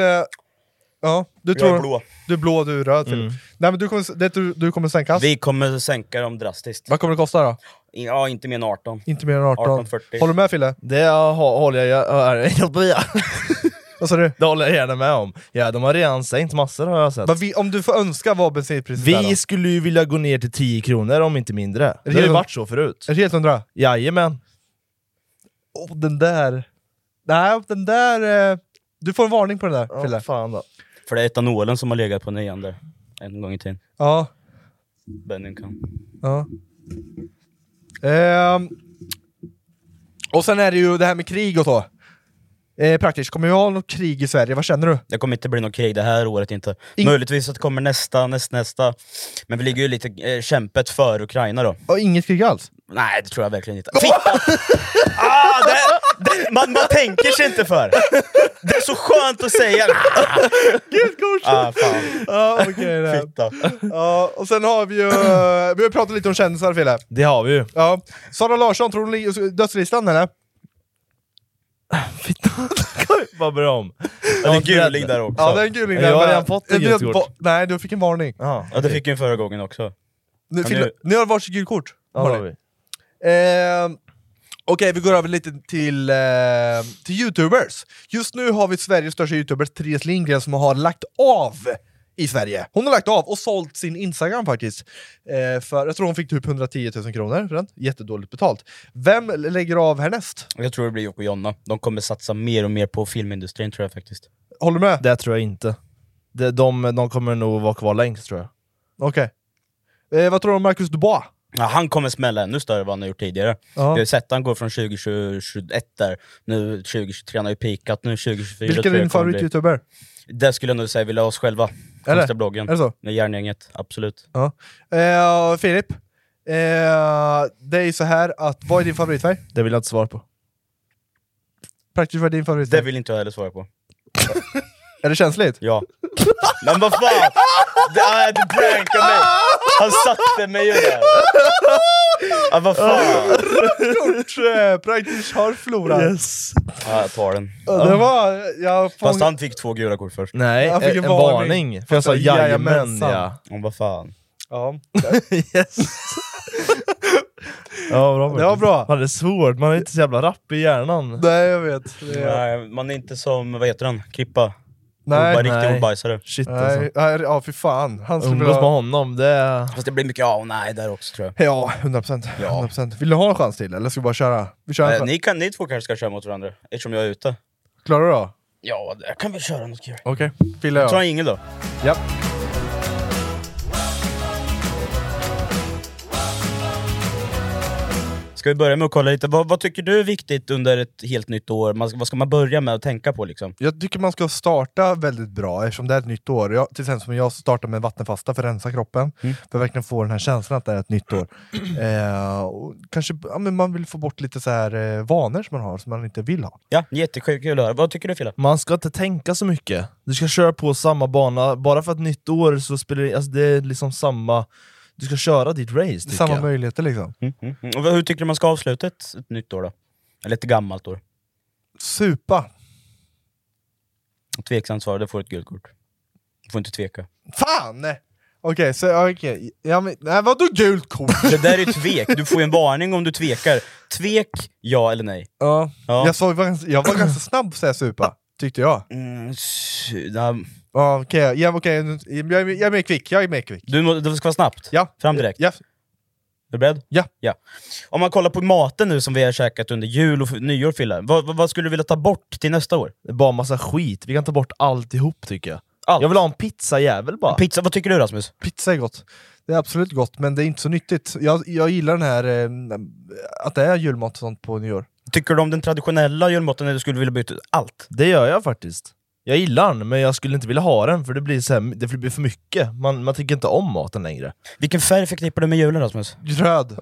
S7: tror
S8: är blå.
S7: Du är blå, du är röd. Nej, men du kommer sänkas.
S8: Vi kommer sänka dem drastiskt.
S7: Vad kommer det kosta då?
S8: Ja, inte mer än 18.
S7: Inte mer än 18.
S8: 18,40.
S7: Håller du med, Fille?
S9: Det håller jag helt med.
S7: Vad sa du?
S9: Det håller jag gärna med om. Ja, de har redan sänkt massor har jag sett.
S7: Om du får önska vad bensinpriset är
S9: Vi skulle ju vilja gå ner till 10 kronor om inte mindre. Det har ju varit så förut.
S7: Är det helt 100?
S9: Jajamän.
S7: Den där... Nej, den där... Du får en varning på den där, Fille.
S9: Fan då.
S8: För det är etanolen som har legat på 9 där. En gång i tiden.
S7: Ja.
S8: Benningham.
S7: Ja. Och sen är det ju det här med krig och så. Praktiskt, kommer vi ha något krig i Sverige? Vad känner du?
S8: Det kommer inte bli något krig det här året inte. Möjligtvis att det kommer nästa. Men vi ligger ju lite kämpet för Ukraina då.
S7: Och inget krig alls?
S8: Nej, det tror jag verkligen inte. Man tänker sig inte för. Det är så skönt att säga.
S7: Guldkort! Fan. Okej,
S8: fitta.
S7: Och sen har vi ju... vi har pratat lite om kändisar, Fille.
S9: Det har vi ju.
S7: Ja. Sara Larsson, tror du dödslistan eller?
S9: Fitta. Vad bra om.
S8: Det är en guling där också.
S7: Ja, det är en guling där.
S9: Jag har redan fått en guldkort.
S7: Nej, du fick en varning.
S8: Ja, det fick jag förra gången också.
S7: Ni har varsitt guldkort.
S9: Ja, har vi.
S7: Okej, vi går över lite till YouTubers. Just nu har vi Sveriges största YouTuber, Therese Lindgren, som har lagt av i Sverige. Hon har lagt av och sålt sin Instagram faktiskt. För jag tror hon fick typ 110 000 kronor för den. Jättedåligt betalt. Vem lägger av härnäst?
S8: Jag tror det blir Jocke och Jonna. De kommer satsa mer och mer på filmindustrin, tror jag faktiskt.
S7: Håller du med?
S9: Det tror jag inte. De kommer nog vara kvar längst, tror jag.
S7: Okej. Vad tror du om Marcus Dubois?
S8: Ja, han kommer smälla ännu större än vad han har gjort tidigare. Jag har sett han går från 2021 där. Nu 2023, han har ju pikat. Nu 2024.
S7: Vilken är din favorit-youtuber?
S8: Det skulle jag nog säga, vi la oss själva.
S7: Eller?
S8: Bloggen.
S7: Är det så?
S8: Med Järngänget, absolut.
S7: Ja. Filip? Det är ju så här att, vad är din favoritfärg?
S9: Det vill jag inte svara på.
S7: Praktiskt, vad är din favoritfärg?
S8: Det vill inte jag heller svara på.
S7: Är det känsligt?
S8: Ja. Men vad fan! Du prankar mig! Han satte mig ju där! Vad fan!
S7: Praktiskt har förlorat.
S9: Yes.
S8: Ja, jag tar den.
S7: Det var...
S8: Fast han fick 2 gula kort först.
S9: Nej,
S7: jag fick
S9: en varning. För jag sa jajamän, ja.
S8: Vad fan.
S7: Ja.
S9: Yes. Ja, bra.
S7: Det var bra.
S9: Man är svårt, man är inte så jävla rapp i hjärnan.
S7: Nej, jag vet.
S8: Nej, man är inte som, vad heter han? Krippa.
S7: Nej.
S8: Riktigt ordbajsare.
S9: Shit,
S7: nej, alltså. Ja, för fan. Han skulle
S9: umgås med honom, det...
S8: Fast det blir mycket nej där också, tror jag.
S7: Ja, 100%. 100%. Vill du ha en chans till, eller ska vi bara köra? Vi kör
S8: ni två kanske ska köra mot varandra, eftersom jag är ute.
S7: Klarar du då?
S8: Ja, där kan vi köra något kul.
S7: Okej, Fille
S8: jag. Tar ingen då?
S7: Ja.
S8: Ska vi börja med att kolla lite, vad tycker du är viktigt under ett helt nytt år? Vad ska man börja med att tänka på liksom?
S7: Jag tycker man ska starta väldigt bra eftersom det är ett nytt år. Till exempel som jag startar med vattenfasta för att rensa kroppen. För att verkligen få den här känslan att det är ett nytt år. Och kanske men man vill få bort lite så här vanor som man har som man inte vill ha.
S8: Ja, jättekul att höra. Vad tycker du, Fille?
S9: Man ska inte tänka så mycket. Du ska köra på samma bana. Bara för ett nytt år så spelar det, alltså det är liksom samma... Du ska köra ditt race,
S7: samma
S9: jag.
S7: möjligheter liksom.
S8: Och hur tycker du man ska avsluta ett nytt år då? Eller ett gammalt år?
S7: Supa.
S8: Tveksamt svar, det får ett guldkort. Du får inte tveka.
S7: Fan! Okej, så okej. Ja, men nej, vadå gult kort?
S8: Det där är tvek, du får en varning om du tvekar. Tvek, ja eller nej?
S7: Ja. Jag var ganska snabb på att säga supa. tyckte jag. Okej, jag är mer kvick.
S8: Du ska vara snabbt?
S7: Ja.
S8: Fram direkt?
S7: Ja.
S8: Är du beredd?
S7: Ja.
S8: Om man kollar på maten nu som vi har käkat under jul och nyår, Fille, vad skulle du vilja ta bort till nästa år?
S9: Det är bara massa skit, vi kan ta bort alltihop tycker jag.
S8: Allt.
S9: Jag vill ha en pizzajävel bara.
S8: Pizza, vad tycker du Rasmus?
S7: Pizza är gott. Det är absolut gott, men det är inte så nyttigt. Jag gillar den här, att det är julmat och sånt på nyår.
S8: Tycker du om den traditionella julmaten eller du skulle vilja byta ut allt?
S9: Det gör jag faktiskt. Jag gillar den, men jag skulle inte vilja ha den för det blir för mycket. Man tycker inte om maten längre.
S8: Vilken färg förknippar du med julen, Rasmus?
S7: Röd.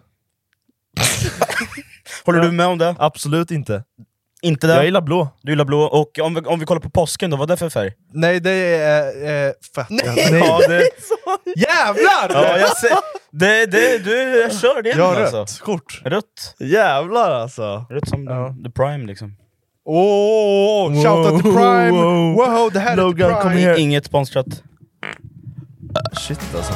S8: Håller du med om det?
S9: Absolut inte.
S8: Inte det?
S9: Jag gillar blå.
S8: Du gillar blå, och om vi kollar på påsken då, vad är det för färg?
S7: Nej, det är fett.
S9: Nej.
S8: Ja, det...
S7: Jävlar!
S8: Ja, jag ser... Du kör det
S7: ja,
S8: alltså.
S7: Rött kort.
S8: Rött.
S9: Jävlar alltså.
S8: Rött som the prime liksom.
S7: Shoutout till Prime! Wow, det här
S9: Logan,
S7: är
S9: kom
S7: Prime!
S9: här.
S8: Inget sponsrat.
S9: Shit alltså.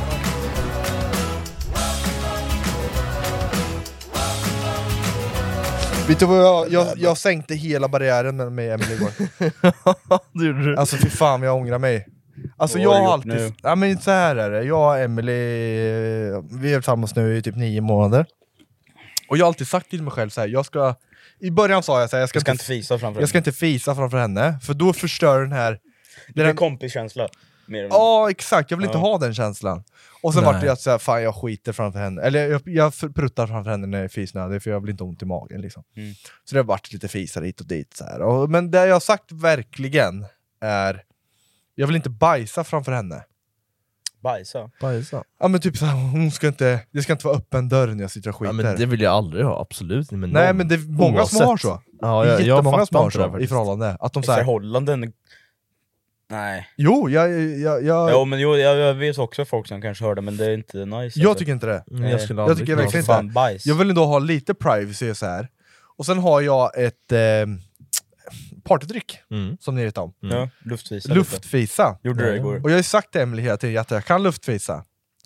S7: Vet du vad jag sänkte hela barriären med mig och Emily igår.
S9: Det gjorde du.
S7: Alltså fy fan, jag ångrar mig. Alltså
S8: Vad
S7: jag
S8: har du
S7: har
S8: gjort nu?
S7: alltid... Ja men så här är det, jag och Emily, vi är tillsammans nu i typ 9 månader. Och jag har alltid sagt till mig själv så här, jag ska... I början sa jag så här, jag ska
S8: inte fisa framför
S7: jag ska inte fisa framför henne, för då förstör den här...
S8: Det är en kompiskänsla.
S7: Ja exakt, jag vill inte ha den känslan. Och sen var det så här, fan jag skiter framför henne. Eller jag pruttar framför henne när jag är fisnödig, för jag vill inte ont i magen liksom. Så det har varit lite fisar hit och dit så här. Men det jag har sagt verkligen är, jag vill inte bajsa framför henne.
S8: Bajsa?
S7: Ja men typ så här, det ska inte vara öppen dörr när jag sitter och skiter.
S9: Ja, men det vill jag aldrig ha, absolut. Men
S7: nej men det är många som har så.
S9: Ja,
S7: det är jättemånga som har
S9: fattar
S7: så i förhållande. Att de
S8: I
S7: så här,
S8: förhållanden? Nej.
S7: Jo,
S8: jag vet också folk som kanske hör det, men det är inte nice.
S7: Jag tycker inte det. Jag tycker verkligen inte det. Jag vill ändå ha lite privacy så här. Och sen har jag ett partydryck som ni vet om.
S8: Ja, luftfisa.
S7: Luftfisa.
S8: Gjorde det igår.
S7: Och jag har ju sagt till Emily hela tiden att jag kan luftfisa.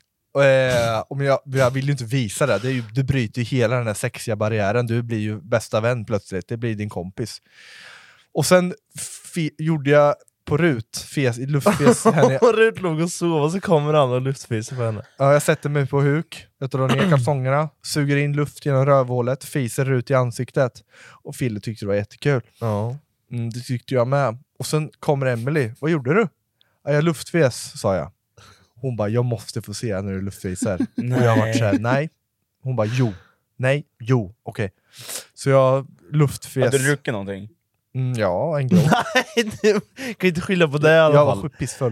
S7: Men jag vill ju inte visa det. Du bryter ju hela den här sexiga barriären. Du blir ju bästa vän plötsligt. Det blir din kompis. Och sen gjorde jag på luftfes henne.
S9: Och Rut låg och sov och så kommer han och luftfiser på henne.
S7: Ja, jag sätter mig på huk, jag drar ner kalsongerna, suger in luft genom rövhålet, fiser ut i ansiktet. Och Fille tyckte det var jättekul.
S9: Ja.
S7: Det tyckte jag med. Och sen kommer Emily. Vad gjorde du? Ja, jag luftfes, sa jag. Hon bara, jag måste få se när du luftfiser. Och jag var såhär, nej. Hon bara, jo, okej. Så jag luftfes.
S8: Hade du druckit någonting?
S7: Ja, en gång.
S9: Nej, du kan inte skylla på det i alla fall.
S7: Jag var pissfull.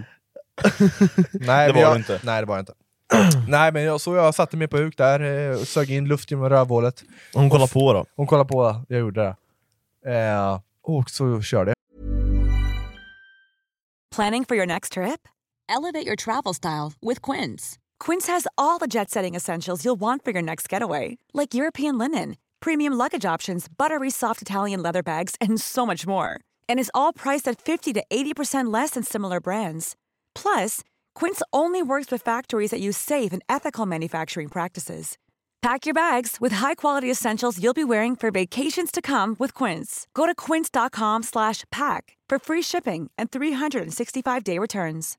S7: Nej,
S8: det var du inte.
S7: Nej, det var jag inte. Nej, men jag satte mig på huk där, sög in luft genom rövhålet.
S9: Hon kollade på då?
S7: Hon kollade på, jag gjorde det. Och så körde jag.
S11: Planning for your next trip? Elevate your travel style with Quince. Quince has all the jet-setting essentials you'll want for your next getaway, like European linen, premium luggage options, buttery soft Italian leather bags, and so much more. And is all priced at 50 to 80% less than similar brands. Plus, Quince only works with factories that use safe and ethical manufacturing practices. Pack your bags with high-quality essentials you'll be wearing for vacations to come with Quince. Go to quince.com/pack for free shipping and 365-day returns.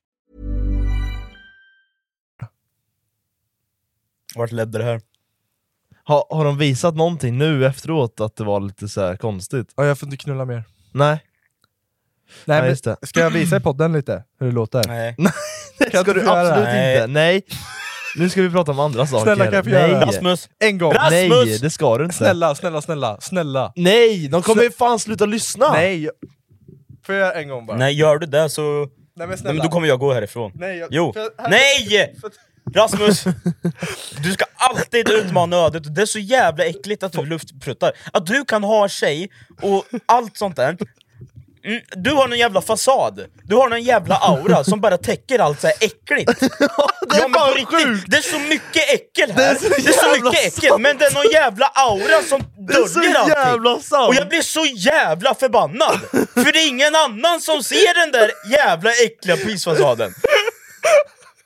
S8: Vart ledde det här?
S9: Har de visat någonting nu efteråt att det var lite så här konstigt?
S7: Ja, jag får inte knulla mer.
S9: Nej,
S7: men
S9: just det.
S7: Ska jag visa i podden lite hur det låter?
S8: Nej.
S9: Det ska du absolut inte. Nej. Nu ska vi prata om andra saker.
S7: Snälla, kan jag få göra det?
S8: Rasmus!
S7: En gång.
S9: Nej, det ska du inte.
S7: Snälla.
S9: Nej, de kommer ju fan sluta lyssna.
S7: Nej. Får jag en gång bara?
S8: Nej, gör du det så...
S7: Nej, men snälla.
S8: då kommer jag gå härifrån.
S7: Nej,
S8: Jo. Nej! Rasmus! Du ska alltid utmana ödet. Det är så jävla äckligt att du luftpruttar. Att du kan ha tjej och allt sånt där. Du har någon jävla fasad. Du har någon jävla aura som bara täcker allt så här äckligt.
S9: Det är fan sjukt.
S8: Det är så mycket äckel här. Det är så mycket äckel. Men det är någon jävla aura som döljer allting.
S9: Jävla sant.
S8: Och jag blir så jävla förbannad. För det är ingen annan som ser den där jävla äckliga pissfasaden.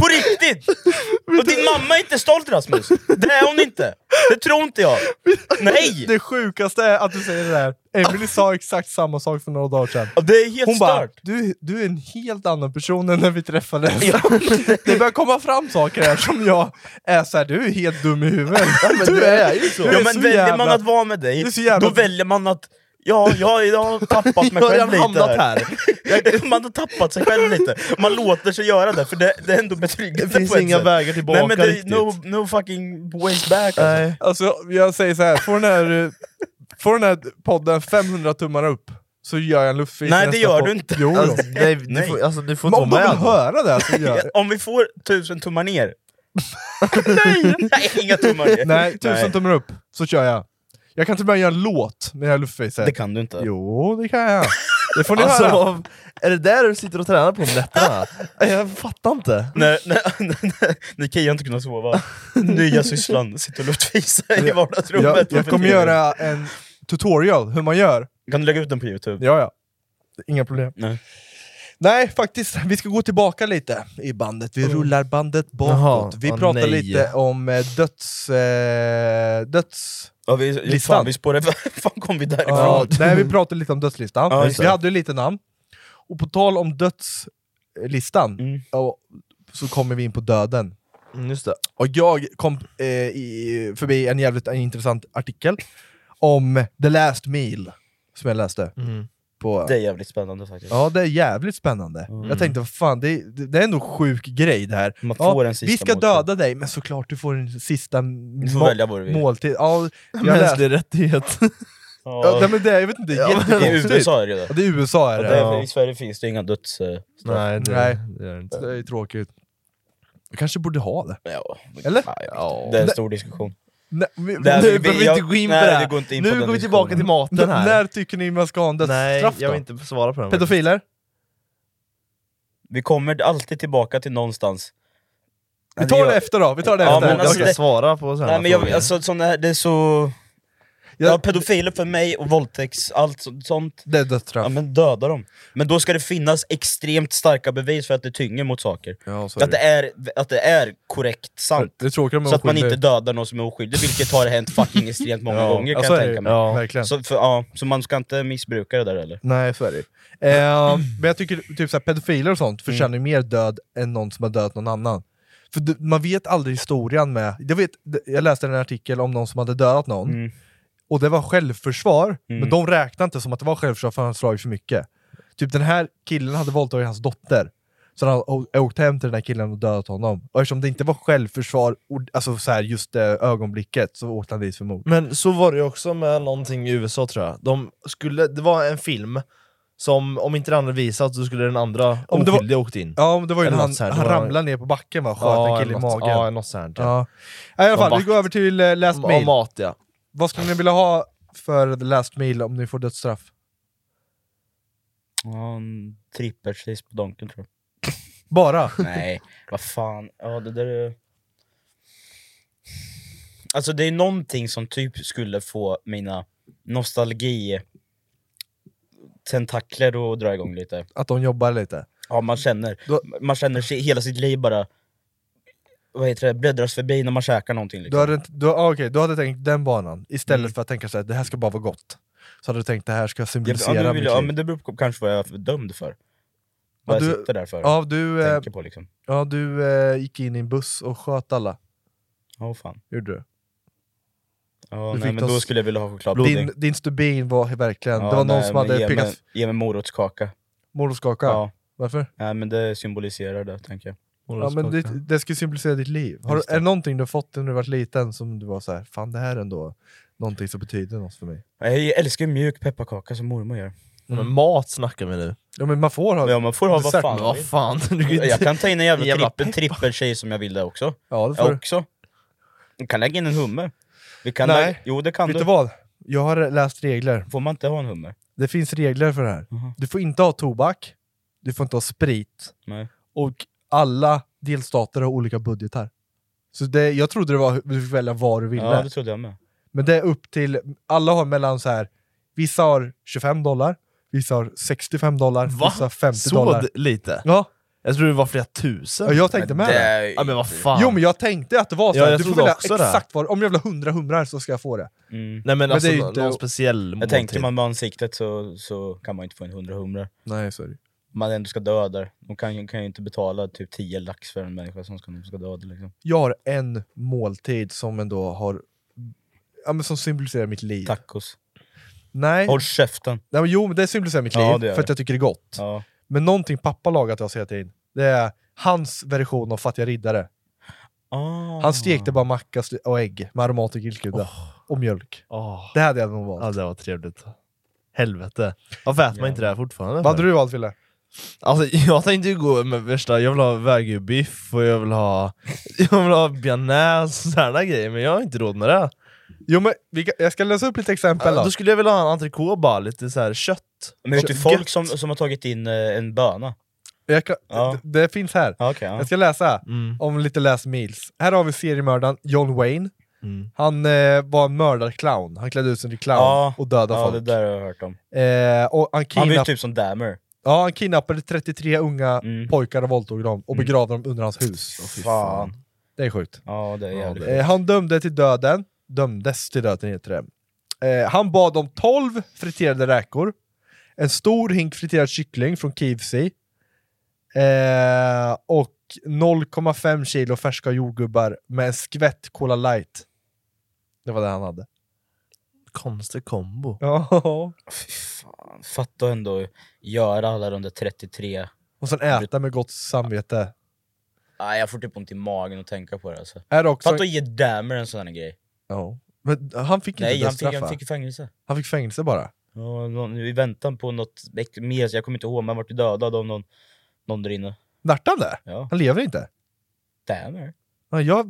S8: På riktigt! Och din mamma är inte stolt, Rasmus. Det är hon inte. Det tror inte jag. Nej!
S7: Det sjukaste är att du säger det där. Emily sa exakt samma sak för några dagar sedan.
S8: Och det är helt
S7: hon
S8: stört.
S7: Du är en helt annan person än när vi träffades. Det börjar komma fram saker här som jag är så här, du är helt dum i huvudet.
S9: Du är ju så.
S8: Ja, men väljer man att vara med dig, då väljer man att jag har tappat mig själv lite här. Man har tappat sig själv lite. Man låter sig göra det, för det är ändå betryggande.
S9: Det finns inga vägar tillbaka.
S8: Nej, men det är no fucking ways back.
S7: Alltså jag säger så här, får den här podden 500 tummar upp, så gör jag en luftfis.
S8: Nej, det gör du inte.
S7: Jo,
S9: alltså, nej. Du får inte vara med.
S7: Om de vill höra det så gör
S8: om vi får 1000 tummar ner. Nej, inga tummar ner.
S7: Nej, 1000 tummar upp, så kör jag. Jag kan till och med göra en låt med det här luftfacet.
S8: Det kan du inte.
S7: Jo, det kan jag. Det får ni
S9: alltså,
S7: höra.
S9: Är det där du sitter och tränar på nätterna? Jag fattar inte.
S8: Ni kan ju inte kunna sova. Nya sysslan, sitter och luftfisa i vardagsrummet.
S7: Jag kommer göra en tutorial hur man gör.
S8: Kan du lägga ut den på YouTube?
S7: Ja. Inga problem. Nej, faktiskt, vi ska gå tillbaka lite i bandet. Vi rullar bandet bakåt. Vi pratar lite om döds...
S8: Ja, vi spårade. Fan kom vi därifrån?
S7: Nej, vi pratade lite om dödslistan. Vi hade ju lite namn. Och på tal om dödslistan så kommer vi in på döden.
S9: Just det.
S7: Och jag kom förbi en jävligt intressant artikel om The Last Meal som jag läste.
S8: Det är jävligt spännande faktiskt.
S7: Ja, det är jävligt spännande. Jag tänkte, vad fan, det är ändå sjuk grej det här. Vi ska döda dig, men såklart du får en sista måltid. Ja,
S9: mänsklig rättighet.
S7: Ja, men det, jag vet inte,
S8: i USA är det det.
S7: Det är USA är det.
S8: I Sverige finns det inga döds...
S9: Nej, det
S7: är tråkigt. Vi kanske borde ha det.
S8: Ja.
S7: Eller?
S8: Ja. Det är en stor diskussion.
S9: Nu behöver vi inte gå in på det. Nu går vi tillbaka till maten här.
S7: När tycker ni man ska ha en dödsstraff?
S9: Nej, jag vill inte svara på den.
S7: Pedofiler?
S8: Vi kommer alltid tillbaka till någonstans.
S7: Vi tar det efter då. Vi tar det efter.
S9: Men jag ska svara på sådana
S8: frågor. Men det är så... Ja, pedofiler för mig och våldtäkts, allt sånt.
S7: Det är dödsstraff.
S8: Ja, men döda dem. Men då ska det finnas extremt starka bevis för att det tynger mot saker.
S7: Ja,
S8: att det är korrekt sant.
S7: Det är
S8: så att man inte dödar någon som är oskyldig, vilket har hänt fucking extremt många gånger, kan jag tänka mig.
S7: Ja, verkligen.
S8: Så man ska inte missbruka det där, eller?
S7: Nej, så är det. Men jag tycker typ så här, pedofiler och sånt förtjänar mer död än någon som har dödat någon annan. För man vet aldrig historien med... Jag läste en artikel om någon som hade dödat någon. Och det var självförsvar, men de räknade inte som att det var självförsvar för han slagit för mycket. Typ den här killen hade våldtagit hans dotter. Så han åkte hem till den här killen och dödat honom. Och eftersom det inte var självförsvar, alltså så här, just det ögonblicket, så åkte han dit för mord.
S9: Men så var det ju också med någonting i USA, tror jag. Det var en film som, om inte den andra visat, så skulle den andra oskyldiga åkt in.
S7: Ja, men det var ju han ramlade ner på backen och sköt en kille i magen.
S9: Ja, något sånt.
S7: Ja. I alla fall, vi går över till Last Meal.
S9: Mat, ja.
S7: Vad skulle ni vilja ha för The Last Meal om ni får dödsstraff?
S8: En trippelcheese på donken, tror jag.
S7: Bara?
S8: Nej, vad fan. Ja, det där är... Alltså det är någonting som typ skulle få mina nostalgi tentakler och dra igång lite.
S7: Att de jobbar lite?
S8: Ja, man känner hela sitt liv bara, vad heter det, bläddras förbi när man käkar någonting liksom.
S7: Du hade tänkt den banan istället för att tänka så här, det här ska bara vara gott. Så hade du tänkt, det här ska symbolisera mitt liv.
S8: Ja, men det beror på kanske vad jag är dömd för. Vad jag sitter där för. Tänker på liksom.
S7: Ja, du gick in i en buss och sköt alla.
S8: Ja, fan.
S7: Gjorde du?
S8: Ja, men då skulle jag vilja ha chokladpudding.
S7: Din stubin var verkligen, det var någon som hade pickat...
S8: Ge mig morotskaka.
S7: Morotskaka?
S8: Ja.
S7: Varför?
S8: Nej, men det symboliserar det, tänker jag.
S7: Ja, men det ska symbolisera ditt liv. Är det någonting du har fått när du varit liten som du var så här, fan det här är ändå någonting som betyder något för mig?
S8: Jag älskar mjuk pepparkaka som mormor gör.
S9: Men mat snackar vi nu.
S7: Ja, men man får ha,
S8: vad fan. Jag kan ta in en jävla trippeltjej som jag vill det också.
S7: Ja, det får du.
S8: Också. Du kan lägga in en hummer. Jo, det kan
S7: du. Vet du vad? Jag har läst regler.
S8: Får man inte ha en hummer?
S7: Det finns regler för det här. Du får inte ha tobak, du får inte ha sprit.
S8: Nej.
S7: Och alla delstater har olika budgetar. Så jag trodde det var du fick välja vad du ville.
S8: Ja, det trodde jag med.
S7: Men det är upp till, alla har mellan så här, vissa har $25, vissa har $65, vissa har $50.
S9: Så lite?
S7: Ja,
S9: Jag tror det var flera tusen.
S7: Ja, jag tänkte med det.
S9: Ja, men vad fan.
S7: Jo, men jag tänkte att det var så
S9: Ja,
S7: här.
S9: jag
S7: Du får
S9: trodde
S7: välja
S9: också
S7: exakt vad. Om jag vill ha 100 humrar så ska jag få det.
S9: Nej, men alltså
S7: det är ju inte
S9: någon speciell
S8: Jag tänker man med ansiktet så kan man inte få en 100 humrar.
S7: Nej, sorry.
S8: Man ändå ska dö där. De kan ju inte betala typ 10 lax för en människa som ska dö liksom.
S7: Jag har en måltid som ändå har... Ja, men som symboliserar mitt liv.
S8: Tacos.
S7: Nej.
S8: Håll käften.
S7: Nej, men jo, men det symboliserar mitt liv.
S8: Ja, det gör
S7: för att jag tycker det är gott.
S8: Ja.
S7: Men någonting pappa lagat till oss hela tiden. Det är hans version av fattiga riddare. Han stekte bara macka och ägg med aromat och grillkrydda. Och mjölk. Det hade jag nog valt.
S9: Ja, det var trevligt. Helvete. Varför äter man inte det här fortfarande?
S7: Vad hade du valt, Fille?
S9: Alltså, jag tänkte ju gå med värsta. Jag vill ha wagyu-biff och jag vill ha bearnaise och sådana grejer. Men jag har inte råd med det.
S7: Jo, men jag ska läsa upp lite exempel då.
S9: Då skulle jag vilja ha en entrecote, bara lite så här kött.
S8: Men vet du folk som har tagit in en böna?
S7: Det finns här.
S8: Okay, ja.
S7: Jag ska läsa om lite Les Mills. Här har vi seriemördaren John Wayne. Han var en mördarclown. Han klädde ut sig till clown och dödade folk.
S8: Ja, det där har jag hört om.
S7: Och
S8: han var ju typ som Dahmer.
S7: Ja, han kidnappade 33 unga pojkar och våldtog dem och begravde dem under hans hus.
S8: Fan.
S7: Det är sjukt.
S8: Ja, det är jävligt.
S7: Han dömdes till döden, heter det. Han bad om 12 friterade räkor, en stor hink friterad kyckling från KFC och 0,5 kilo färska jordgubbar med en skvätt Cola Light. Det var det han hade.
S9: Konstig kombo.
S7: Ja.
S8: Fy fan. Fatta ändå göra alla de där 33.
S7: Och sen äta med gott samvete.
S8: Nej, jag får typ ont i magen att tänka på det alltså.
S7: Fatta
S8: att ge Dahmer en sån här grej.
S7: Ja. Men han fick inte dödsstraff.
S8: Han fick fängelse.
S7: Han fick fängelse bara.
S8: Ja, i väntan på något mer, jag kommer inte ihåg, men han var dödad av någon där inne.
S7: Nartande?
S8: Ja.
S7: Han lever inte?
S8: Dahmer?
S7: Ja, jag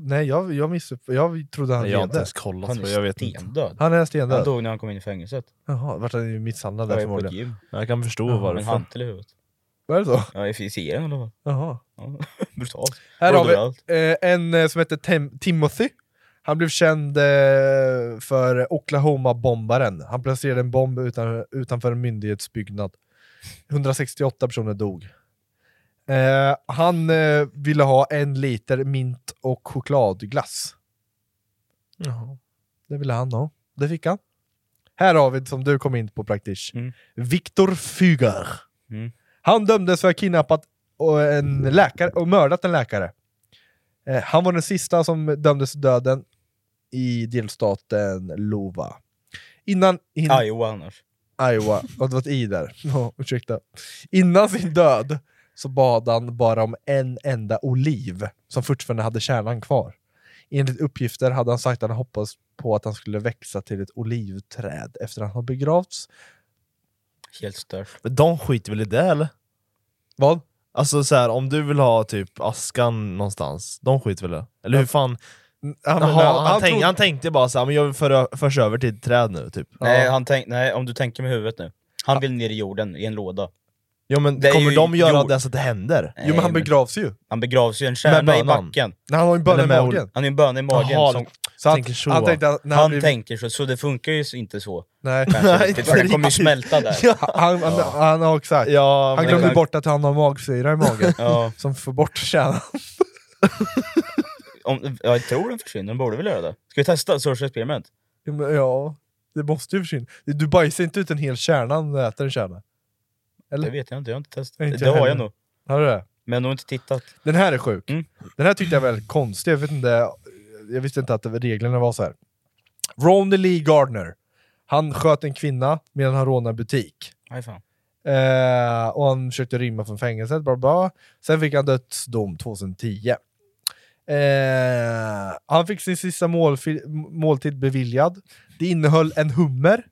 S7: trodde han levde.
S9: Jag har inte ens kollat.
S8: Han är
S9: jag vet
S8: stendöd.
S9: inte.
S7: Han är stendöd.
S8: Han dog när han kom in i fängelset.
S7: Jaha, vart han ju misshandlad där förmodligen.
S9: Jag kan förstå varför.
S8: En hantel i huvudet.
S7: Vad är det så?
S8: Ja, i serien i alla fall.
S7: Jaha.
S8: Ja. Brutalt.
S7: Här har vi en som heter Timothy. Han blev känd för Oklahoma-bombaren. Han placerade en bomb utanför en myndighetsbyggnad. 168 personer dog. Han ville ha 1 liter mint och chokladglass.
S9: Jaha.
S7: Det ville han ha. Det fick han. Här har vi, som du kom in på praktiskt, Victor Füger. Han dömdes för att ha kidnappat en läkare och mördat en läkare. Han var den sista som dömdes till döden i delstaten Iowa.
S8: Iowa annars.
S7: Iowa, och det var ett i där. Ursäkta. Innan sin död så bad han bara om en enda oliv som fortfarande hade kärnan kvar. Enligt uppgifter hade han sagt att han hoppades på att han skulle växa till ett olivträd efter att han hade begravts.
S8: Helt stört.
S9: Men de skiter väl i det, eller?
S7: Vad?
S9: Alltså så här, om du vill ha typ askan någonstans, de skiter väl i det? Eller hur fan? Han tänkte bara så här, men jag vill förs över till ett träd nu typ.
S8: Nej, om du tänker med huvudet nu. Han vill ner i jorden i en låda.
S9: Jo, men kommer de göra det så att det händer?
S7: Nej, jo, men han begravs ju.
S8: Han begravs ju en kärna i backen.
S7: Nej, han har en böna i magen.
S8: Han har en böna i magen.
S7: Jaha,
S8: han tänker så det funkar ju inte så.
S7: Nej.
S8: Han kommer ju smälta där.
S7: Han har exakt.
S9: Ja,
S7: han glömde bort att han har magsyra i magen. Som får bort kärnan.
S8: Jag tror den försvinner, den borde väl göra det. Ska vi testa social experiment?
S7: Ja, det måste ju försvinna. Du bajsar inte ut en hel kärna när du äter en kärna. Eller?
S8: Det vet jag inte, jag har inte testat. Det har jag nog.
S7: Har du det?
S8: Men jag har nog inte tittat.
S7: Den här är sjuk. Den här tyckte jag var väldigt konstig. Jag visste inte att reglerna var så här. Ronnie Lee Gardner. Han sköt en kvinna medan han rånade en butik.
S8: Aj fan.
S7: Och han försökte rymma från fängelset. Bla. Sen fick han dödsdom 2010. Han fick sin sista måltid beviljad. Det innehöll en hummer,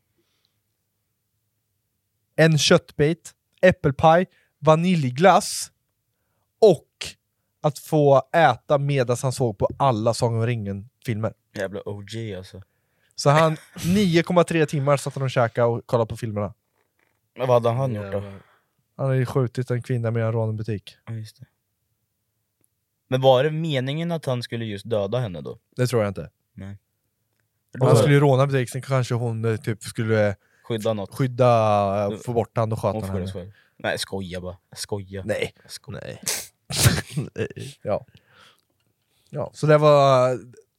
S7: en köttbit, äppelpaj, vaniljglass och att få äta medan han såg på alla Sagan om ringen-filmer.
S8: Jävla OG alltså.
S7: Så han 9,3 timmar satt han och käkade och kollade på filmerna.
S8: Men vad hade han gjort då?
S7: Han hade skjutit en kvinna med en rån butik.
S8: Ja, just det. Men var det meningen att han skulle just döda henne då?
S7: Det tror jag inte.
S8: Nej.
S7: Han skulle ju råna butik, sen kanske hon typ skulle
S8: skydda något.
S7: Få bort han och sköta henne.
S8: Nej, skoja bara. Skoja.
S7: Nej.
S8: Nej.
S7: Ja, så det var...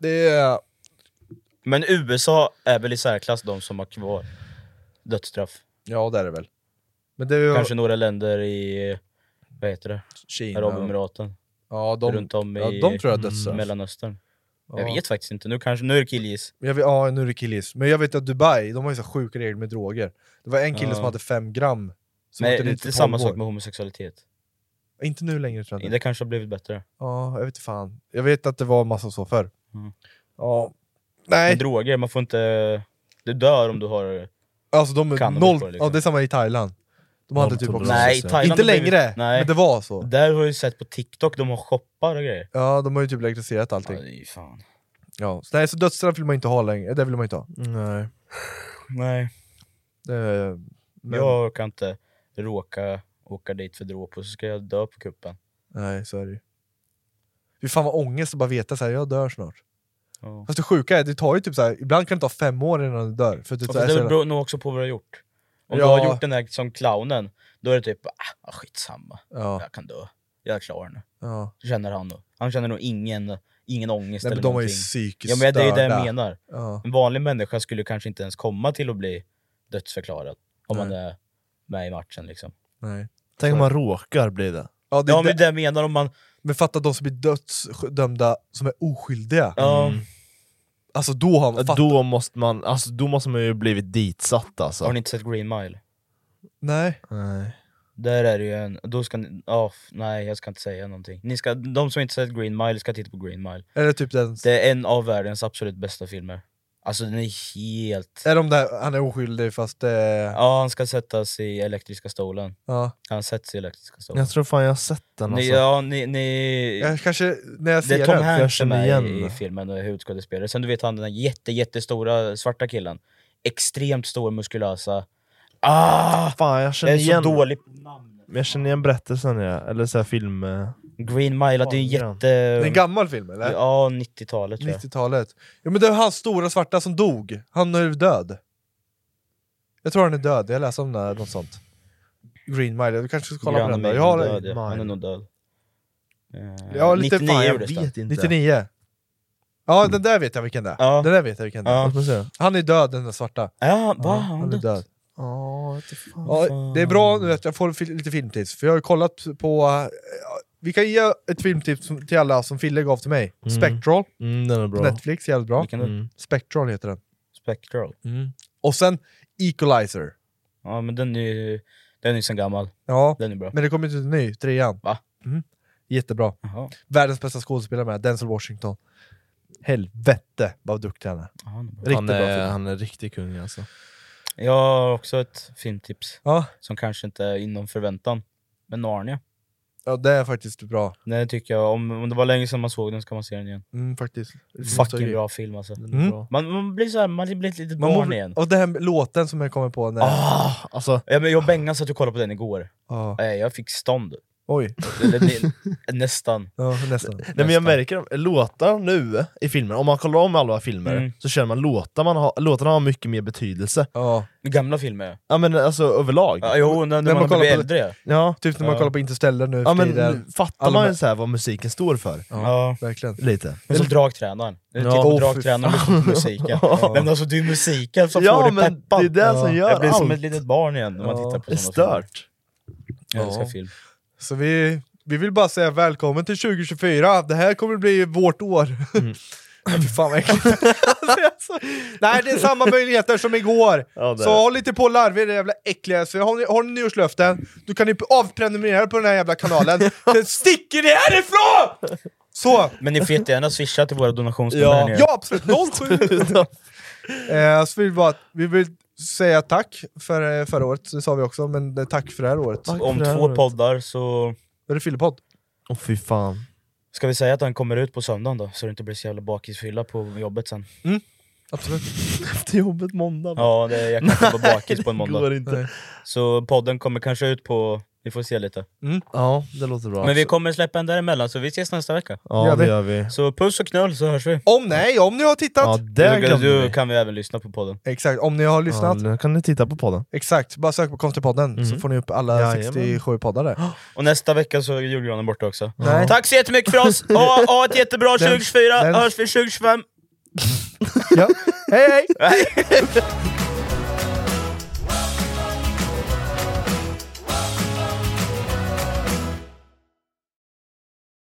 S8: Men USA är väl i särklass de som har kvar dödsstraff?
S7: Ja, det är det väl. Men det är ju...
S8: Kanske några länder i... Vad heter det?
S7: Kina.
S8: Arabemiraten.
S7: Ja,
S8: runt om i
S7: de tror jag dödsstraff.
S8: Mellanöstern.
S7: Ja.
S8: Jag vet faktiskt inte, nu är det killgis.
S7: Ja, nu är det killgis. Men jag vet att Dubai, de har ju så sjuka regler med droger. Det var en kille som hade 5 gram.
S8: Men det är inte samma sak med homosexualitet.
S7: Inte nu längre tror jag.
S8: Det kanske har blivit bättre.
S7: Ja, jag vet inte fan. Jag vet att det var massa så förr. Ja. Nej.
S8: Men droger, man får inte... Du dör om du har...
S7: Alltså de är 0...
S8: Liksom.
S7: Ja, det är samma i Thailand. De hade typ också...
S8: Nej, Thailand
S7: inte längre, men det var så.
S8: Där har jag sett på TikTok, de har shoppar och grejer.
S7: Ja, de har ju typ legaliserat allting.
S8: Ja, det är ju fan.
S7: Ja, så, nej, så dödsstraff vill man inte ha längre. Det vill man inte ha.
S8: Nej.
S7: Men...
S8: Jag kan inte råka åka dit för dråp och så ska jag dö på kuppen.
S7: Nej, så är det ju. Fy fan vad ångest att bara veta så här, jag dör snart. Fast det sjuka är, det tar ju typ så här, ibland kan det ta 5 år innan du dör. För det
S8: beror nog också på vad du har gjort. Om du har gjort den där som clownen, då är det typ, skitsamma. Jag kan dö. Jag är klar nu. Så känner han då. Han känner nog ingen ångest.
S7: Nej,
S8: eller
S7: de
S8: någonting.
S7: är ju psykiskt
S8: ja, men det är ju det jag
S7: störda.
S8: menar. En vanlig människa skulle kanske inte ens komma till att bli dödsförklarad. Om man är med i matchen liksom.
S7: Nej.
S9: Tänk om man råkar bli det.
S7: Ja,
S8: men det jag menar om man...
S7: Men fatta de som blir dödsdömda som är oskyldiga. Alltså
S9: då måste man ju blivit ditsatt alltså.
S8: Har ni inte sett Green Mile?
S7: Nej.
S8: Där är det ju en... Då ska ni, nej, jag ska inte säga någonting. De som inte sett Green Mile ska titta på Green Mile.
S7: Är det typ den...
S8: Det är en av världens absolut bästa filmer. Alltså den är helt...
S7: Är de där, han är oskyldig fast det...
S8: Ja, han ska sättas i elektriska stolen. Han sätts i elektriska stolen.
S9: Jag tror fan jag har sett den alltså.
S7: Jag kanske, när jag ser
S8: det är Tom
S7: den,
S8: Hanks som är i filmen och är huvudskådespelare. Sen du vet han den där jättestora svarta killen. Extremt stor, muskulösa.
S9: Fan, jag känner
S8: det är
S9: igen...
S8: så dåligt namn.
S9: Jag känner igen berättelsen, eller så här film...
S8: Green Mile, det är jätte...
S7: Det är en gammal film eller?
S8: Ja, 90-talet tror jag.
S7: 90-talet. Ja, men det är han stora svarta som dog. Han är död. Jag tror han är död, jag läste om det, något sånt. Green Mile, du kanske ska kolla på den där.
S8: Han är nog död.
S7: Ja, lite
S8: 99
S7: fan, jag
S8: vet inte.
S7: 99. Ja, den där vet jag vilken det är.
S8: Ja.
S7: Den där vet jag vilken det är. Han är död, den där svarta.
S8: Ja,
S7: han är död.
S9: Fan.
S7: Det är bra nu att jag får lite filmtips. För jag har kollat på... vi kan ge ett filmtips till alla som Fille gav till mig. Spectral.
S9: Den är bra.
S7: Netflix, jävligt bra. Spectral heter den.
S8: Spectral.
S7: Och sen Equalizer.
S8: Ja, men den är sen gammal.
S7: Ja,
S8: den är bra.
S7: Men det kommer inte en ny, 3:an.
S8: Va?
S7: Jättebra.
S8: Aha.
S7: Världens bästa skådespelare med, Denzel Washington. Helvete vad duktig han är. Riktigt bra film.
S9: Han är riktigt kung alltså.
S8: Jag har också ett filmtips.
S7: Ja.
S8: Som kanske inte är inom förväntan. Men Narnia.
S7: Ja, det är faktiskt bra.
S8: Det tycker jag, om det var länge sedan man såg den ska man se den igen.
S7: Faktiskt.
S8: Fucking bra film alltså.
S7: Bra.
S8: Man blir såhär, man blir ett litet barn igen.
S7: Och den här låten som jag kommer på när...
S8: Alltså. Ja, men jag bängas att du kollade på den igår. Jag fick stånd.
S7: Oj.
S8: Nästan.
S7: Ja, nästan.
S9: Nej, men jag märker låtar nu i filmer, om man kollar om alla filmer så känner man låtarna har mycket mer betydelse.
S7: Ja.
S8: Gamla filmer.
S9: Ja, men alltså överlag.
S8: Ja, jo, när man blir äldre.
S9: Ja.
S7: Typ när man kollar på Interstellar nu.
S9: Ja, men nu fattar man ju så här vad musiken står för.
S8: Ja,
S7: verkligen.
S9: Lite.
S8: Men som dragtränaren. Dragtränaren lyssnar på musiken. Men alltså det är musiken som får dig peppad.
S9: Det är det som gör
S8: jag blir
S9: allt.
S8: som ett litet barn igen när man tittar på
S9: det är
S8: sådana
S9: stört.
S8: Jag älskar film. Så
S7: vi vill bara säga välkommen till 2024. Det här kommer bli vårt år. Fy fan vad äckligt. Nej, det är samma möjligheter som igår. Så håll lite på larver, det jävla äckliga. Så har ni nyårslöften, du kan ju avprenumerera på den här jävla kanalen. Sen sticker ni härifrån! Så. Men ni får jättegärna swisha till våra donationsnummer. Ja, absolut. 07. Så vi vill säga tack för förra året, det sa vi också, men tack för det här året. Om 2 poddar så... Är det fyllepodd? Fy fan. Ska vi säga att den kommer ut på söndagen då, så det inte blir så jävla bakisfylla på jobbet sen? Absolut. Efter jobbet måndag. Ja, jag kan inte vara bakis på en måndag. Går inte. Så podden kommer kanske ut på
S8: Vi får se lite.
S9: Ja, det låter bra.
S8: Men vi kommer släppa en däremellan, så vi ses nästa vecka.
S9: Ja, det gör vi.
S8: Så puss och knull, så hörs vi.
S7: Om ni har tittat.
S9: Ja, där
S8: kan vi även lyssna på podden.
S7: Exakt, om ni har lyssnat.
S9: Ja, nu kan ni titta på podden.
S7: Exakt, bara sök på Konstipodden så får ni upp alla 67 poddar.
S8: Och nästa vecka så är julgranen borta också.
S7: Nej.
S8: Tack så jättemycket för oss, ha ett jättebra 2024, hörs vi 2025.
S7: Ja. Hej hej!